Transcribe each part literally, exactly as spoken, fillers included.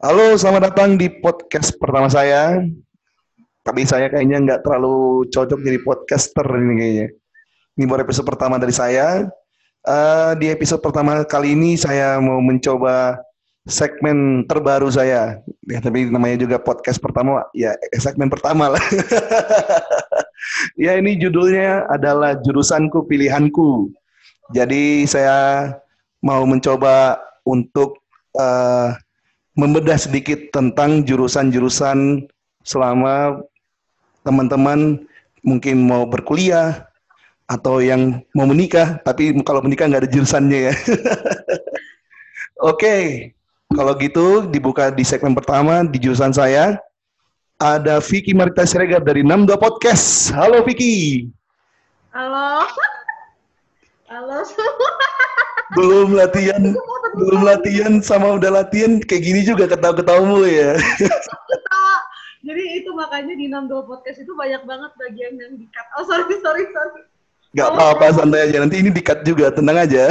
Halo, selamat datang di podcast pertama saya. Tapi saya kayaknya nggak terlalu cocok jadi podcaster ini kayaknya. Ini baru episode pertama dari saya. Eh, di episode pertama kali ini saya mau mencoba segmen terbaru saya. Ya, tapi namanya juga podcast pertama, ya segmen pertama lah. Ya, ini judulnya adalah jurusanku pilihanku. Jadi saya mau mencoba untuk eh, membedah sedikit tentang jurusan-jurusan selama teman-teman mungkin mau berkuliah atau yang mau menikah, tapi kalau menikah nggak ada jurusannya ya. Oke, kalau gitu dibuka di segmen pertama di jurusan saya. Ada Vicky Marita Siregar dari enam dua Podcast. Halo Vicky. Halo, halo semua. Belum latihan, belum latihan sama udah latihan kayak gini juga ketawa-ketawa mulu ya. Ketawa. Jadi itu makanya di enam dua podcast itu banyak banget bagian yang di-cut. Oh sorry, sorry, sorry. Gak Oh, apa-apa, santai aja. Nanti ini di-cut juga, tenang aja.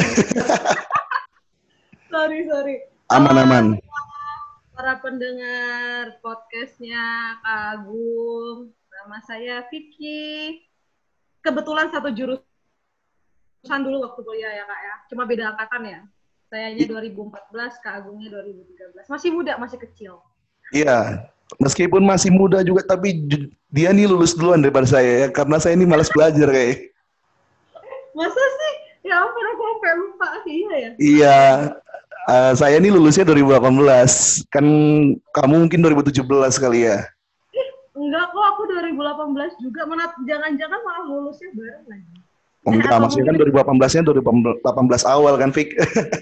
sorry, sorry. Halo Aman-aman. para pendengar podcastnya Kak Agung. Nama saya Vicky. Kebetulan satu jurusan dulu waktu kuliah ya Kak ya. Cuma beda angkatan ya. Sayanya dua ribu empat belas, Kak Agungnya dua ribu tiga belas. Masih muda, masih kecil. Iya, meskipun masih muda juga, tapi dia nih lulus duluan daripada saya ya, karena saya ini malas belajar kayak. Masa sih? Ya ampun, aku sampai lupa. Iya ya? Iya, uh, saya ini lulusnya dua ribu delapan belas, kan kamu mungkin dua ribu tujuh belas kali ya. Enggak kok, aku dua ribu delapan belas juga. Mana jangan-jangan malah lulusnya bareng lagi. Oh, Eh, enggak, atau maksudnya kan mungkin dua ribu delapan belas-nya dua ribu delapan belas awal kan, Fik?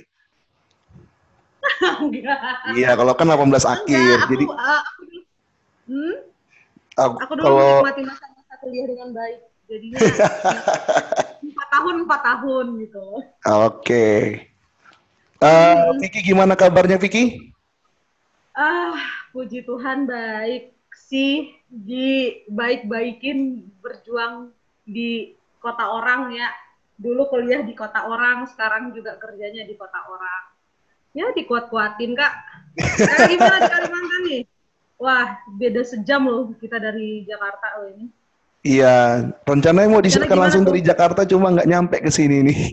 enggak. Iya, kalau kan delapan belas Enggak, akhir, aku jadi uh, aku dulu, hmm? aku, aku dulu kalau menikmati masa-masa kuliah dengan baik. Jadinya empat tahun empat tahun gitu. oke. Uh, Hmm. Vicky, gimana kabarnya Vicky? Ah, puji Tuhan baik sih, di baik-baikin berjuang di kota orang ya. Dulu kuliah di kota orang, sekarang juga kerjanya di kota orang. Ya dikuat-kuatin Kak. Kakak gimana di Kalimantan nih? Wah, beda sejam loh kita dari Jakarta loh ini. Iya, rencananya mau Karena disiarkan gimana langsung tuh? dari Jakarta, cuma nggak nyampe ke sini nih.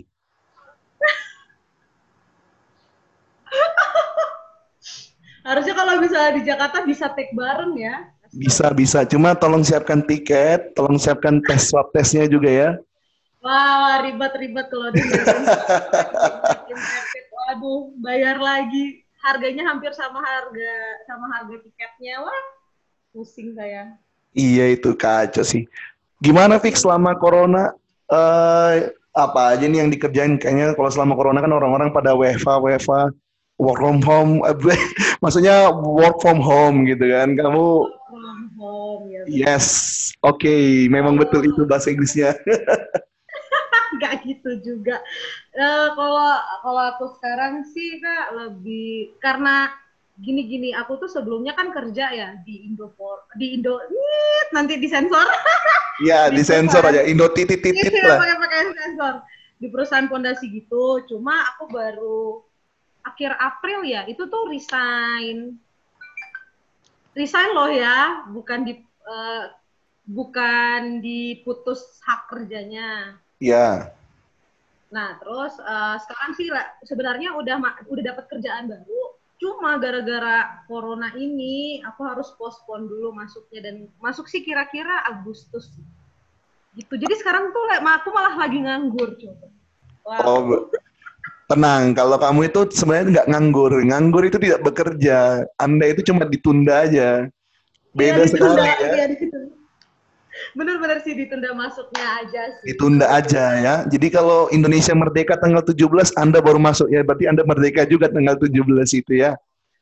Harusnya kalau misalnya di Jakarta bisa take bareng ya. Bisa, Astaga. bisa. Cuma tolong siapkan tiket, tolong siapkan tes swab testnya juga ya. Wah, ribet-ribet kalau udah nyiapin swab test, nyiapin rapid. Waduh, bayar lagi. Harganya hampir sama harga sama harga tiketnya. Wah, pusing saya. Iya itu kacau sih. Gimana Fix selama corona? Eh, apa aja nih yang dikerjain? Kayaknya kalau selama corona kan orang-orang pada W F H, W F H, work from home, eh, maksudnya work from home gitu kan. Kamu, Work from home, ya yes, benar. oke, okay, memang betul itu Oh, bahasa Inggrisnya. nggak gitu juga. Eh, kalau kalau aku sekarang sih Kak lebih karena gini-gini aku tuh sebelumnya kan kerja ya di Indofor di Indo Nit, nanti disensor Ya, di disensor perusahaan aja, Indo titit-titit ini lah. pakai pakai sensor di perusahaan fondasi gitu. Cuma aku baru akhir April ya itu tuh resign resign loh ya, bukan di eh, bukan diputus hak kerjanya. Ya, Nah, terus uh, sekarang sih sebenarnya udah udah dapat kerjaan baru. Cuma gara-gara corona ini aku harus postpone dulu masuknya dan masuk sih kira-kira Agustus. Gitu. Jadi sekarang tuh aku malah lagi nganggur coba. oh, Wow. tenang, kalau kamu itu sebenarnya nggak nganggur. Nganggur itu tidak bekerja. Anda itu cuma ditunda aja. Iya Beda ditunda, sekali ya. iya ditunda. Bener-bener sih ditunda masuknya aja sih. Ditunda aja ya. Jadi kalau Indonesia merdeka tanggal tujuh belas, Anda baru masuk ya. Berarti Anda merdeka juga tanggal tujuh belas itu ya.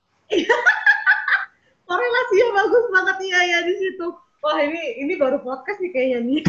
Korelasinya bagus banget ya ya di situ. Wah ini ini baru podcast nih kayaknya nih.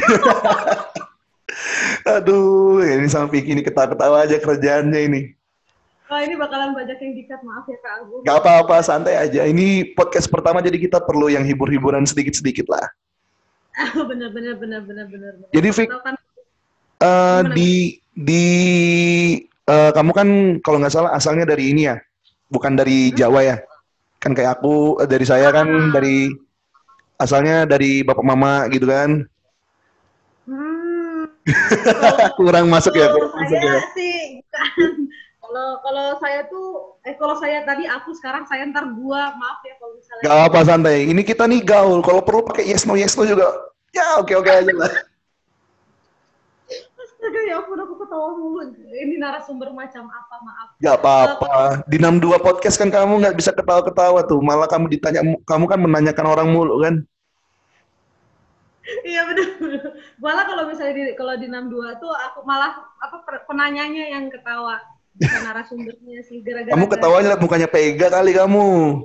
Aduh, ini sama Vicky ini ketawa-ketawa aja kerjaannya ini. Wah ini bakalan banyak yang dikat, maaf ya Kak Agung. Gak apa-apa, santai aja. Ini podcast pertama jadi kita perlu yang hibur-hiburan sedikit-sedikit lah. bener bener bener bener bener. Jadi Siapa Vic, tahu kan uh, gimana nih? di di uh, kamu kan kalau nggak salah asalnya dari ini ya, bukan dari Hmm? Jawa ya. Kan kayak aku eh, dari saya kan dari asalnya dari bapak mama gitu kan. Hmm, kalau Kurang masuk ya, kalau kurang masuk saya ya. sih kan, kalau kalau saya tuh eh kalau saya tadi aku sekarang saya ntar gua maaf ya kalau misalnya Gak kayak apa gitu. santai. Ini kita nih gaul. Kalau perlu pakai yes no yes no juga. Ya oke oke aja lah. Aduh ya ampun aku ketawa mulu. Ini narasumber macam apa maaf. Gak Eh, apa-apa. Di enam dua podcast kan kamu nggak bisa ketawa-ketawa tuh. Malah kamu ditanya, kamu kan menanyakan orang mulu kan. iya benar. Malah kalau misalnya di kalau di enam dua tuh aku malah apa penanyanya yang ketawa bukan narasumbernya sih gara-gara Kamu gak ketawanya liat mukanya Pega kali kamu.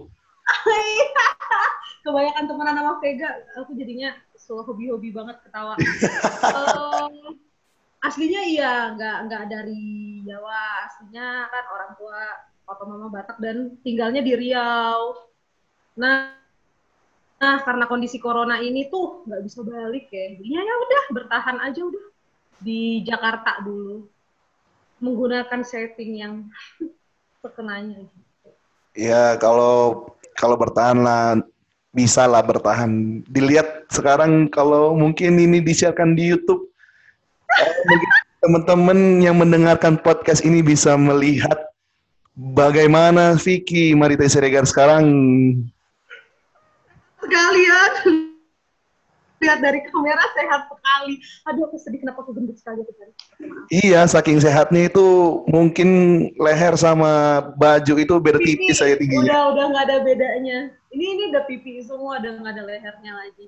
kebanyakan temenan sama Vega aku jadinya so hobi-hobi banget ketawa. Um, aslinya iya nggak nggak dari Jawa, aslinya kan orang tua papa mama Batak dan tinggalnya di Riau. Nah, nah karena kondisi corona ini tuh nggak bisa balik ya, jadinya ya udah bertahan aja udah di Jakarta dulu menggunakan setting yang terkenanya. Ya kalau kalau bertahan lah bisa lah bertahan. Dilihat sekarang kalau mungkin ini disiarkan di YouTube, eh, mungkin teman-teman yang mendengarkan podcast ini bisa melihat bagaimana Vicky Marita Siregar sekarang. Sekalian lihat dari kamera sehat sekali. Aduh aku sedih kenapa aku gendut sekali aku tadi. Iya, saking sehatnya itu mungkin leher sama baju itu beda Pipi tipis saya tingginya. udah udah nggak ada bedanya. Ini ini udah pipi semua, udah nggak ada lehernya lagi.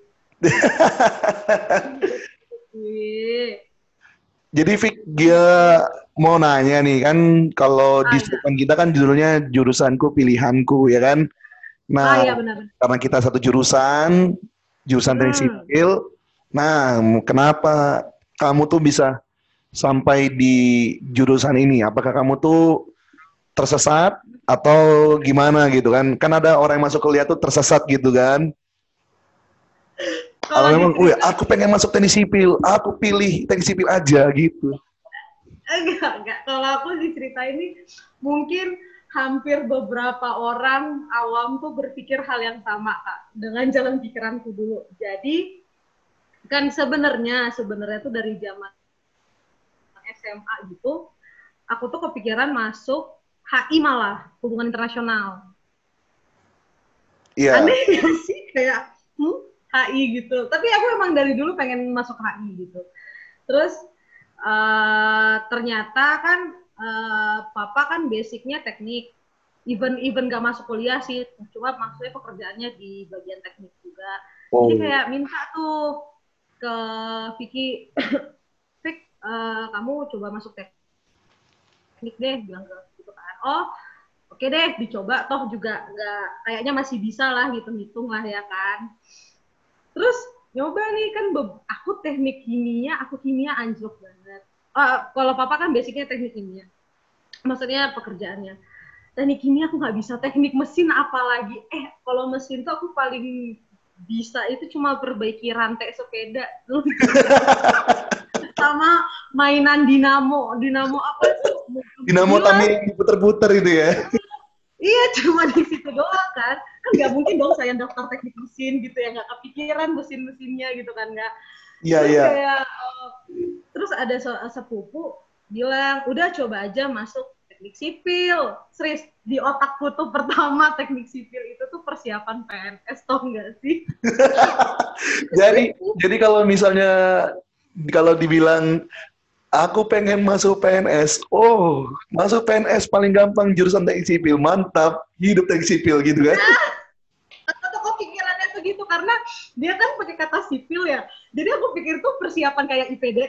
Wih. Jadi Vic, dia mau nanya nih kan kalau di Ah ya, segmen kita kan judulnya jurusanku pilihanku ya kan. ah Nah, ya benar. karena kita satu jurusan, jurusan teknik Hmm. sipil. Nah, kenapa kamu tuh bisa sampai di jurusan ini? Apakah kamu tuh tersesat atau gimana gitu kan? Kan ada orang yang masuk kuliah tuh tersesat gitu kan? Kalau Kalau memang, wih, diceritain aku pengen masuk teknik sipil, aku pilih teknik sipil aja gitu. enggak enggak. Kalau aku diceritain ini mungkin hampir beberapa orang awam tuh berpikir hal yang sama kak dengan jalan pikiranku dulu. Jadi kan sebenarnya sebenarnya tuh dari zaman S M A gitu, aku tuh kepikiran masuk H I malah hubungan internasional. Iya, Aneh gak sih kayak hmm, H I gitu. Tapi aku emang dari dulu pengen masuk H I gitu. Terus uh, ternyata kan uh, papa kan basicnya teknik. Even even gak masuk kuliah sih, cuma maksudnya pekerjaannya di bagian teknik juga. Jadi oh, kayak minta tuh ke Vicky, Vick, uh, kamu coba masuk teknik deh, bilang gitu kan. Oh, oke deh dicoba toh juga nggak kayaknya masih bisa lah hitung-hitung lah ya kan. Terus nyoba nih kan aku teknik kimia, aku kimia anjlok banget. Uh, kalau papa kan basicnya teknik kimia, maksudnya pekerjaannya teknik kimia aku nggak bisa, teknik mesin apalagi. Eh kalau mesin tuh aku paling bisa itu cuma perbaiki rantai sepeda sama mainan dinamo dinamo apa itu dinamo gila. tami diputer-puter itu ya. Iya cuma di situ doang kan. Kan nggak mungkin dong saya daftar teknik mesin gitu ya, nggak kepikiran mesin-mesinnya gitu kan nggak. Iya, Terus iya. kayak uh, terus ada sepupu bilang udah coba aja masuk teknik sipil. Serius di otakku tuh pertama teknik sipil itu tuh persiapan P N S tau nggak sih? Jadi, jadi kalau misalnya kalau dibilang aku pengen masuk P N S, oh masuk P N S paling gampang jurusan teknik sipil, mantap, hidup teknik sipil gitu kan? Atau kok pikirannya tuh gitu karena dia kan pakai kata sipil ya. Jadi aku pikir tuh persiapan kayak I P D.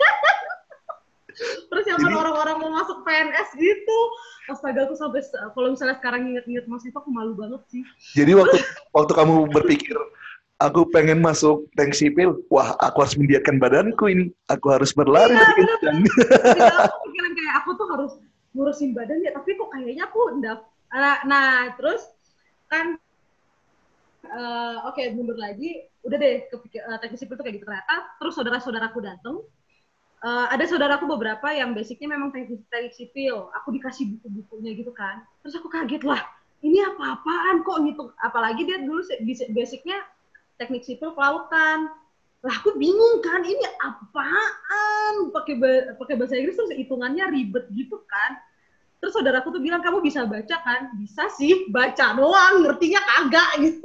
Persiapan Jadi, orang-orang mau masuk P N S gitu. Astaga aku sampai kalau misalnya sekarang inget-inget Mas itu aku malu banget sih. jadi waktu waktu kamu berpikir aku pengen masuk teknik sipil, wah aku harus mendiamkan badanku ini, aku harus berlari Iya lebih kencang. benar-benar. Jadi aku pikiran kayak aku tuh harus ngurusin badan ya, tapi kok kayaknya aku enggak. Nah, nah terus kan uh, oke okay, mundur lagi, udah deh kepikir uh, teknik sipil tuh kayak gitu ternyata. Terus saudara-saudaraku datang. Uh, ada saudaraku beberapa yang basicnya memang teknik, teknik sipil. Aku dikasih buku-bukunya gitu kan. Terus aku kaget lah. ini apa-apaan kok ngitung, apalagi dia dulu basicnya teknik sipil kelautan. Lah aku bingung kan, ini apaan? Pakai pakai bahasa Inggris terus hitungannya ribet gitu kan. Terus saudaraku tuh bilang, kamu bisa baca kan? Bisa sih, baca doang, ngertinya kagak gitu.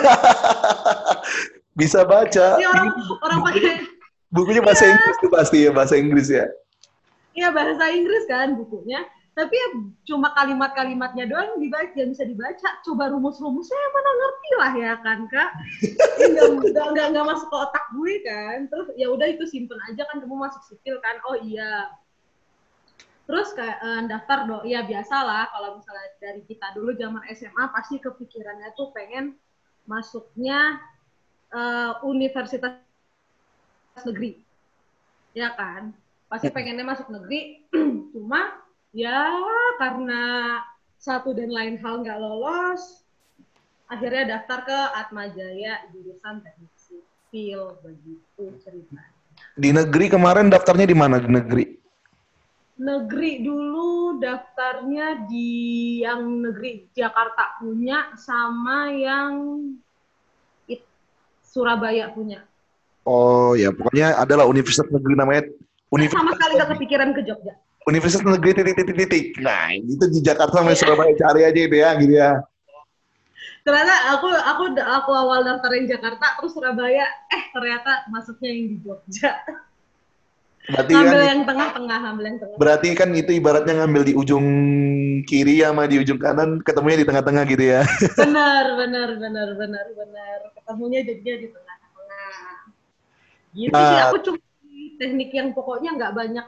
Bisa baca. Ini orang orang pakai bukunya bahasa ya. Inggris tuh pasti ya, bahasa Inggris ya. Iya, bahasa Inggris kan bukunya. Tapi ya cuma kalimat-kalimatnya doang dibaca, yang bisa dibaca. Coba rumus-rumusnya mana ngerti lah ya kan, Kak. Enggak enggak enggak masuk ke otak gue kan. Terus ya udah itu simpen aja kan, kamu masuk sipil kan. Oh iya. Terus kayak uh, daftar dong. Ya biasalah kalau misalnya dari kita dulu zaman S M A pasti kepikirannya tuh pengen masuknya uh, universitas negeri. Ya kan? Pasti pengennya masuk negeri. Cuma ya karena satu dan lain hal nggak lolos, akhirnya daftar ke Atmajaya jurusan teknik sipil, begitu ceritanya. Di negeri kemarin daftarnya di mana di negeri? Negeri dulu daftarnya di yang negeri Jakarta punya sama yang it, Surabaya punya. Oh ya, pokoknya adalah universitas negeri namanya. Universitas sama sekali nggak kepikiran ke Jogja. Universitas negeri titik-titik-titik. Nah, itu di Jakarta sama Surabaya, cari aja itu ya, gitu ya. Ternyata aku aku aku awal daftarin Jakarta, terus Surabaya, eh ternyata masuknya yang di Jogja. Berarti ngambil kan, yang tengah-tengah, ngambil yang tengah. Berarti kan itu ibaratnya ngambil di ujung kiri sama di ujung kanan, ketemunya di tengah-tengah gitu ya. Benar, benar, benar, benar, benar. Ketemunya jadinya di tengah-tengah. Gitu nah, sih, aku cuma teknik yang pokoknya nggak banyak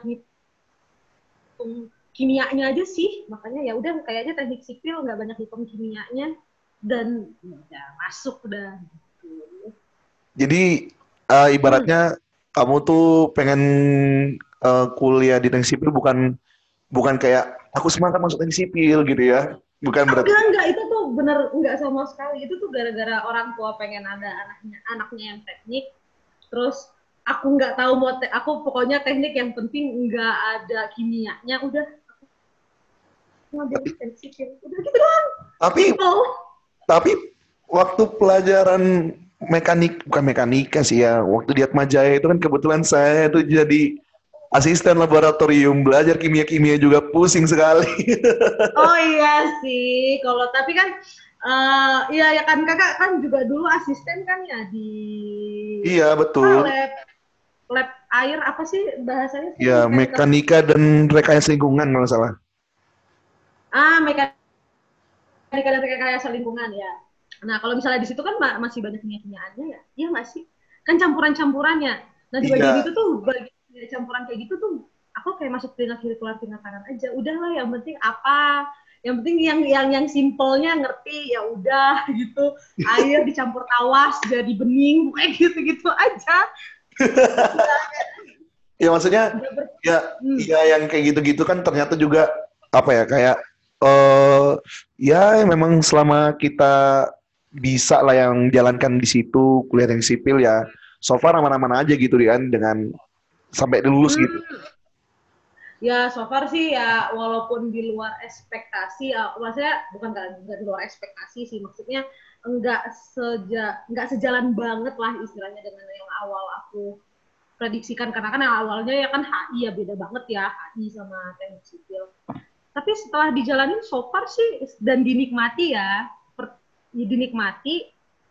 hitung kimianya aja sih. Makanya ya udah kayaknya teknik sipil nggak banyak hitung kimianya dan ya masuk udah. Gitu. Jadi uh, ibaratnya hmm. kamu tuh pengen uh, kuliah di teknik sipil bukan bukan kayak aku semangat masuk teknik sipil gitu ya, bukan berarti. Enggak, enggak, itu tuh bener enggak sama sekali. Itu tuh gara-gara orang tua pengen ada anaknya anaknya yang teknik, terus aku nggak tahu mau te- aku pokoknya teknik yang penting nggak ada kimianya, udah ngambil teknik sipil, udah gitu doang. Tapi oh. tapi waktu pelajaran mekanik bukan mekanika sih ya, waktu di Atmajaya itu kan kebetulan saya tuh jadi asisten laboratorium, belajar kimia-kimia juga pusing sekali. Oh iya sih, kalau tapi kan uh, iya ya kan kakak kan juga dulu asisten kan ya di iya betul lab lab air apa sih bahasanya? Iya mekanika dan rekayasa lingkungan kalau salah. Ah mekanika dan rekayasa lingkungan ya. Nah kalau misalnya di situ kan masih banyak kimia-kimiaannya ya, iya nggak sih? Kan campuran-campurannya. Nah di bagian iya. itu tuh bagian campuran kayak gitu tuh aku kayak masuk tingkat kiri keluar tingkat kanan aja, udahlah yang penting apa, yang penting yang yang yang simpelnya ngerti ya udah gitu, air dicampur tawas jadi bening kayak gitu gitu aja. Ya maksudnya ya hmm. ya yang kayak gitu-gitu kan ternyata juga apa ya kayak uh, ya memang selama kita bisa lah yang jalankan di situ kuliah yang sipil ya so far aman-aman aja gitu kan dengan sampai lulus hmm. gitu. Ya so far sih ya walaupun di luar ekspektasi, ya, maksudnya bukan nggak di luar ekspektasi sih, maksudnya enggak seja enggak sejalan banget lah istilahnya dengan yang awal aku prediksikan, karena kan yang awalnya ya kan H I ya beda banget ya H I sama teknik sipil. Tapi setelah dijalanin so far sih dan dinikmati ya, per, ya dinikmati,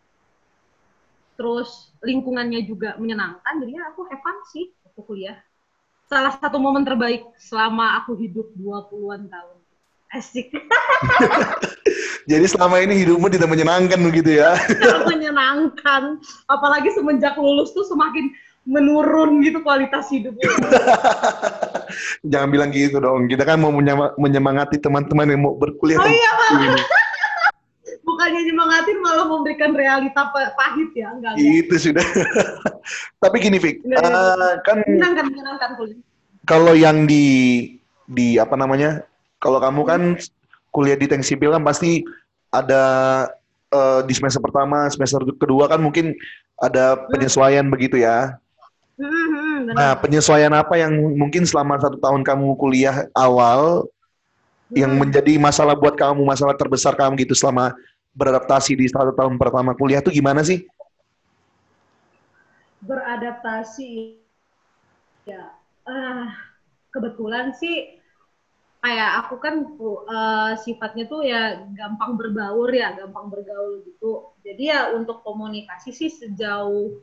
terus lingkungannya juga menyenangkan, jadinya aku have fun sih waktu kuliah. Salah satu momen terbaik selama aku hidup dua puluhan tahun. Asik. Jadi selama ini hidupmu tidak menyenangkan begitu ya? Tidak menyenangkan. Apalagi semenjak lulus tuh semakin menurun gitu kualitas hidupnya. Jangan bilang gitu dong. Kita kan mau menyemangati teman-teman yang mau berkuliah. Oh iya, Pak. Bukannya nyemangatin malah memberikan realita pahit ya, enggak, enggak. Itu sudah. Tapi gini Fik, uh, kan menyenangkan, menyenangkan kuliah. Kalau yang di di apa namanya? Kalau kamu kan kuliah di teknik sipil kan pasti ada uh, di semester pertama, semester kedua kan mungkin ada penyesuaian hmm. begitu ya. Hmm, nah, penyesuaian apa yang mungkin selama satu tahun kamu kuliah awal yang Hmm. menjadi masalah buat kamu, masalah terbesar kamu gitu selama beradaptasi di satu tahun pertama kuliah tuh gimana sih? Beradaptasi ya. Ah, kebetulan sih kayak aku kan uh, sifatnya tuh ya gampang berbaur ya, gampang bergaul gitu. Jadi ya untuk komunikasi sih sejauh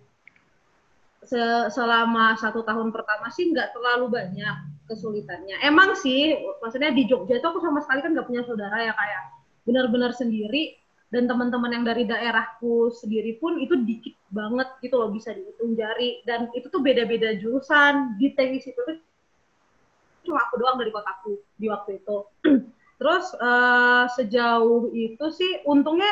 se- selama satu tahun pertama sih nggak terlalu banyak kesulitannya. Emang sih, maksudnya di Jogja itu aku sama sekali kan nggak punya saudara ya, kayak benar-benar sendiri, dan teman-teman yang dari daerahku sendiri pun itu dikit banget gitu loh, bisa dihitung jari, dan itu tuh beda-beda jurusan di teknik itu tuh cuma aku doang dari kotaku di waktu itu. Terus uh, sejauh itu sih untungnya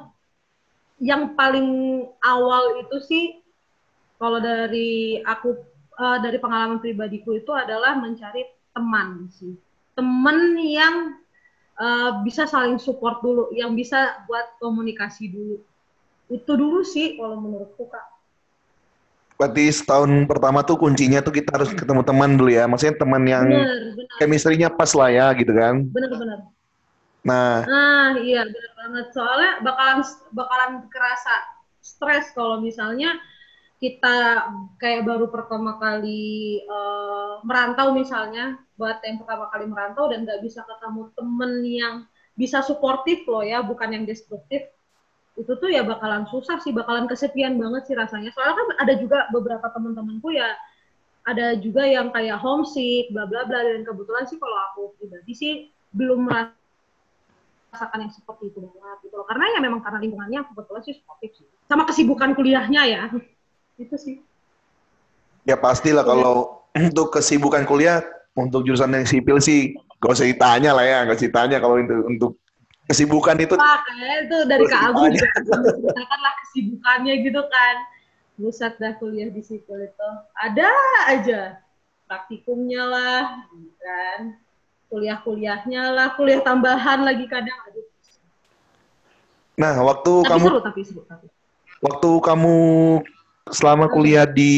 yang paling awal itu sih kalau dari aku uh, dari pengalaman pribadiku itu adalah mencari teman sih, teman yang uh, bisa saling support dulu, yang bisa buat komunikasi dulu, itu dulu sih kalau menurutku kak. Berarti setahun pertama tuh kuncinya tuh kita harus ketemu teman dulu ya. Maksudnya teman yang Bener bener chemistry-nya pas lah ya gitu kan. bener bener. Nah, Nah iya bener banget, soalnya bakalan bakalan kerasa stres kalau misalnya kita kayak baru pertama kali uh, merantau misalnya, buat yang pertama kali merantau dan nggak bisa ketemu temen yang bisa suportif loh ya, bukan yang destruktif, itu tuh ya bakalan susah sih, bakalan kesepian banget sih rasanya. Soalnya kan ada juga beberapa teman-temanku ya, ada juga yang kayak homesick, bla bla bla, dan kebetulan sih kalau aku pribadi sih belum merasakan yang seperti itu banget gitu loh. Karena ya memang karena lingkungannya kebetulan sih suportif sih. Sama kesibukan kuliahnya ya. Itu sih. ya pastilah Kuliah. kalau untuk kesibukan kuliah untuk jurusan yang sipil sih gak usah ditanya lah ya, gak usah ditanya kalau untuk, untuk kesibukan itu Wah, kayaknya itu gak dari usah Kak Agung ditanya. juga bisa menceritakan lah kesibukannya gitu kan. Buset dah kuliah di sipil itu. Ada aja praktikumnya lah, kan. Kuliah-kuliahnya lah, kuliah tambahan lagi kadang. Aduh. Nah, waktu Tapi kamu seru, tapi seru. Tapi. waktu kamu selama Hmm. kuliah di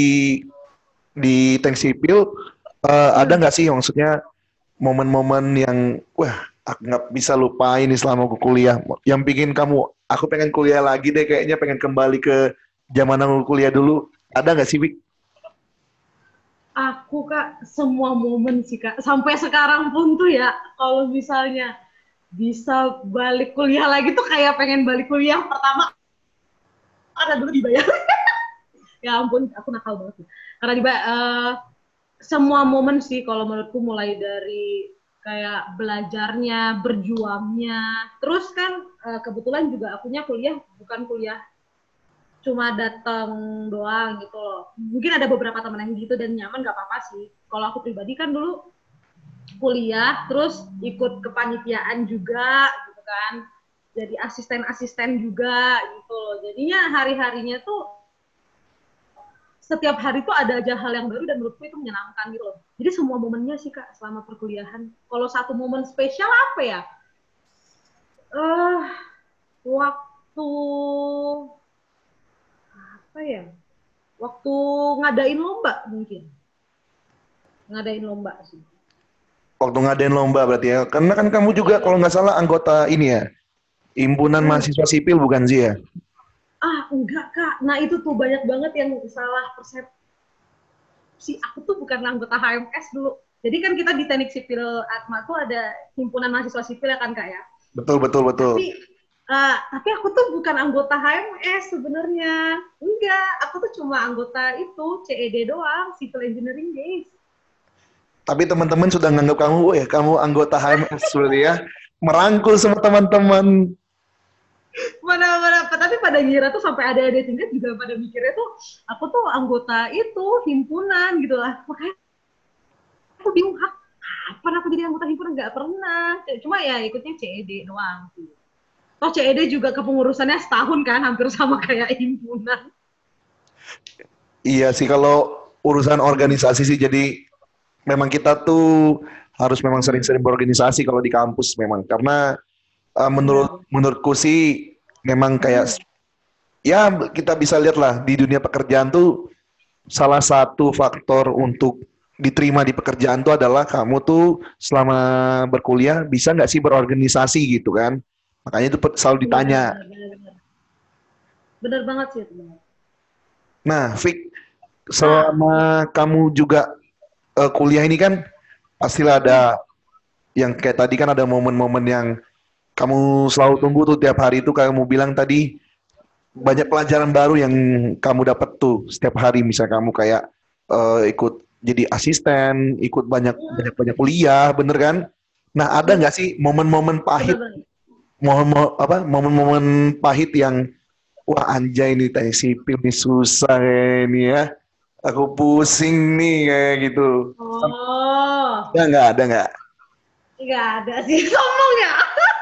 di tank sipil uh, ada Hmm. nggak sih maksudnya momen-momen yang wah aku nggak bisa lupain nih selama aku kuliah yang bikin kamu aku pengen kuliah lagi deh kayaknya pengen kembali ke zaman aku kuliah dulu ada nggak sih Wik? Aku Kak, semua momen sih Kak. Sampai sekarang pun tuh ya, kalau misalnya bisa balik kuliah lagi tuh kayak pengen balik kuliah pertama ada dulu dibayar. Ya ampun, aku nakal banget sih. Karena di uh, semua momen sih kalau menurutku, mulai dari kayak belajarnya, berjuangnya. Terus kan uh, kebetulan juga akunya kuliah bukan kuliah cuma datang doang gitu loh. Mungkin ada beberapa teman yang gitu dan nyaman, gak apa-apa sih. Kalau aku pribadi kan dulu kuliah terus ikut kepanitiaan juga gitu kan. Jadi asisten-asisten juga gitu loh. Jadinya hari-harinya tuh setiap hari tuh ada aja hal yang baru dan menurutku itu menyenangkan gitu loh. Jadi semua momennya sih Kak selama perkuliahan. Kalau satu momen spesial apa ya? Eh uh, waktu apa ya? Waktu ngadain lomba mungkin. Ngadain lomba sih. Waktu ngadain lomba berarti ya karena kan kamu juga Iya. kalau nggak salah anggota ini ya himpunan Hmm. mahasiswa sipil bukan sih ya? Ah enggak Kak. Nah itu tuh banyak banget yang salah persepsi. Aku tuh bukan anggota H M S dulu. Jadi kan kita di teknik sipil Atma tuh ada himpunan mahasiswa sipil ya kan Kak ya. Betul betul betul. Tapi uh, tapi aku tuh bukan anggota H M S sebenarnya. Enggak, aku tuh cuma anggota itu C E D doang, Civil Engineering Guys. Tapi teman-teman sudah nganggap kamu, oh ya kamu anggota H M S seperti ya, merangkul sama teman-teman. Mana mana tapi pada ngira tuh sampai ada ada tingkat juga pada mikirnya tuh aku tuh anggota itu himpunan gitu lah. Makanya aku bingung, hah, kapan aku jadi anggota himpunan? Nggak pernah. Cuma ya ikutnya C E D doang sih. Toh C E D juga kepengurusannya setahun kan, hampir sama kayak himpunan. Iya sih kalau urusan organisasi sih jadi memang kita tuh harus memang Hmm, sering-sering berorganisasi kalau di kampus memang karena uh, menurut benar. menurutku sih memang kayak Hmm, ya kita bisa lihat lah di dunia pekerjaan tuh salah satu faktor untuk diterima di pekerjaan tuh adalah kamu tuh selama berkuliah bisa nggak sih berorganisasi gitu kan? Makanya itu selalu Iya, ditanya. benar, benar, benar. Benar banget sih itu. Benar. Nah, Fik, Nah, selama kamu juga eh, kuliah ini kan pastilah hmm, ada yang kayak tadi kan ada momen-momen yang kamu selalu tunggu tuh tiap hari itu kayak kamu bilang tadi banyak hmm, pelajaran baru yang kamu dapat tuh setiap hari misalnya kamu kayak eh, ikut jadi asisten, ikut banyak banyak banyak kuliah, bener kan? Nah, ada hmm, nggak sih momen-momen benar pahit, banget. momen mo- apa momen-momen pahit yang wah anjay nih teknik sipil nih susah kayak ini ya, aku pusing nih kayak gitu. Oh, Ya nggak ada nggak? nggak ada sih ngomong ya.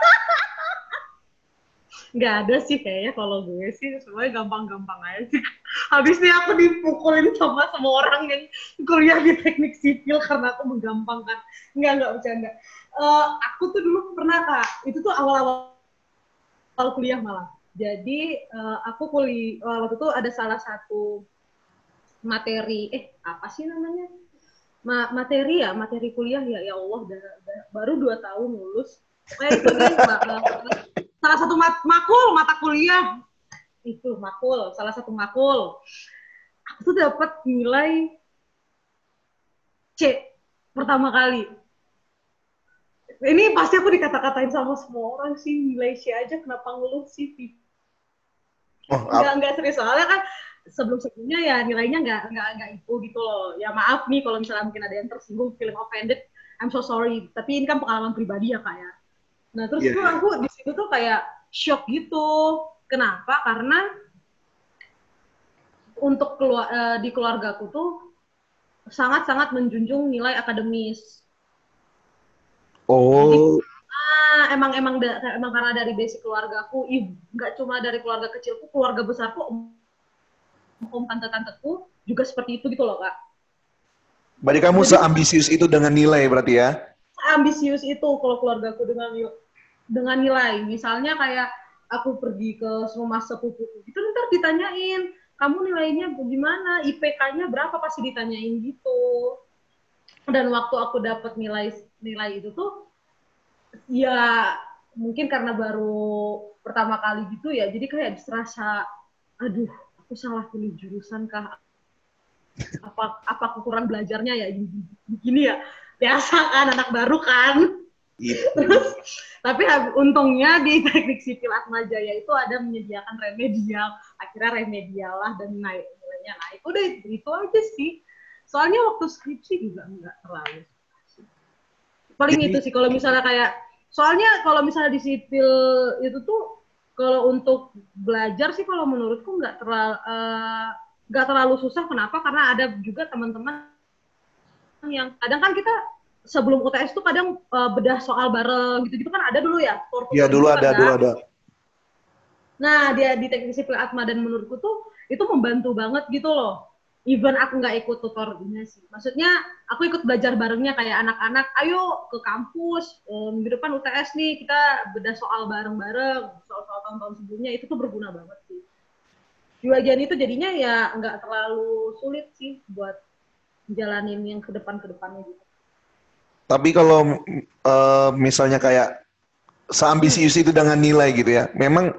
Nggak ada sih kayaknya kalau gue sih semuanya gampang-gampang aja sih. Habisnya aku dipukulin sama semua orang yang kuliah di teknik sipil karena aku menggampangkan. Nggak, nggak bercanda. Eh, aku tuh dulu pernah kak, itu tuh awal-awal kuliah malah. Jadi eh, aku kuliah waktu itu ada salah satu materi, eh apa sih namanya? Ma- materi ya, materi kuliah ya, ya Allah, udah, udah- baru dua tahun lulus. Kayak itu deh, ma- eh, salah satu mat- makul mata kuliah itu makul, salah satu makul. Aku tuh dapat nilai C pertama kali. Ini pasti aku dikata-katain sama semua orang sih, nilai C aja kenapa ngeluh sih? Oh, Enggak, ap- enggak serius, soalnya kan sebelum-sebelumnya ya nilainya nggak nggak nggak itu gitu loh. Ya maaf nih kalau misalnya mungkin ada yang tersinggung, feeling offended, I'm so sorry. Tapi ini kan pengalaman pribadi ya kak ya. Nah terus iya, tuh iya. aku di situ tuh kayak shock gitu. Kenapa? Karena untuk keluar uh, di keluargaku tuh sangat-sangat menjunjung nilai akademis. Jadi Oh, ah, emang emang da, emang karena dari basic keluargaku, nggak cuma dari keluarga kecilku, keluarga besarku, om, om tante-tanteku juga seperti itu gitu loh kak. berarti kamu Jadi seambisius itu dengan nilai berarti ya? ambisius itu kalau keluargaku dengan dengan nilai. Misalnya kayak aku pergi ke rumah sepupuku, itu ntar ditanyain, kamu nilainya gimana, I P K-nya berapa, pasti ditanyain gitu. Dan waktu aku dapat nilai nilai itu tuh, ya mungkin karena baru pertama kali gitu ya, jadi kayak serasa, aduh, aku salah pilih jurusan kah? Apa apa aku kurang belajarnya ya begini ya? Biasa kan anak baru kan. Itu. Terus tapi untungnya di teknik sipil Atma Jaya itu ada menyediakan remedial, akhirnya remedial lah dan naik nilainya naik. Udah itu, itu aja sih. Soalnya waktu skripsi juga enggak terlalu. Paling itu Jadi, sih kalau misalnya kayak, soalnya kalau misalnya di sipil itu tuh kalau untuk belajar sih kalau menurutku nggak terlalu uh, nggak terlalu susah. Kenapa? Karena ada juga teman-teman yang kadang kan kita sebelum U T S tuh kadang uh, bedah soal bareng gitu-gitu kan ada dulu ya, ya tutor-tutor dulu gitu kan ada, dulu kak. ada. Nah dia di teknik sipil Atma dan menurutku tuh itu membantu banget gitu loh. Even aku nggak ikut tutornya sih. Maksudnya aku ikut belajar barengnya kayak anak-anak, ayo ke kampus, um, minggu depan U T S nih, kita bedah soal bareng-bareng, soal-soal tahun-tahun sebelumnya, itu tuh berguna banget sih. Di wajian itu jadinya ya nggak terlalu sulit sih buat jalanin yang ke depan-ke depannya gitu. Tapi kalau eh, misalnya kayak Hmm. seambisius itu dengan nilai gitu ya, memang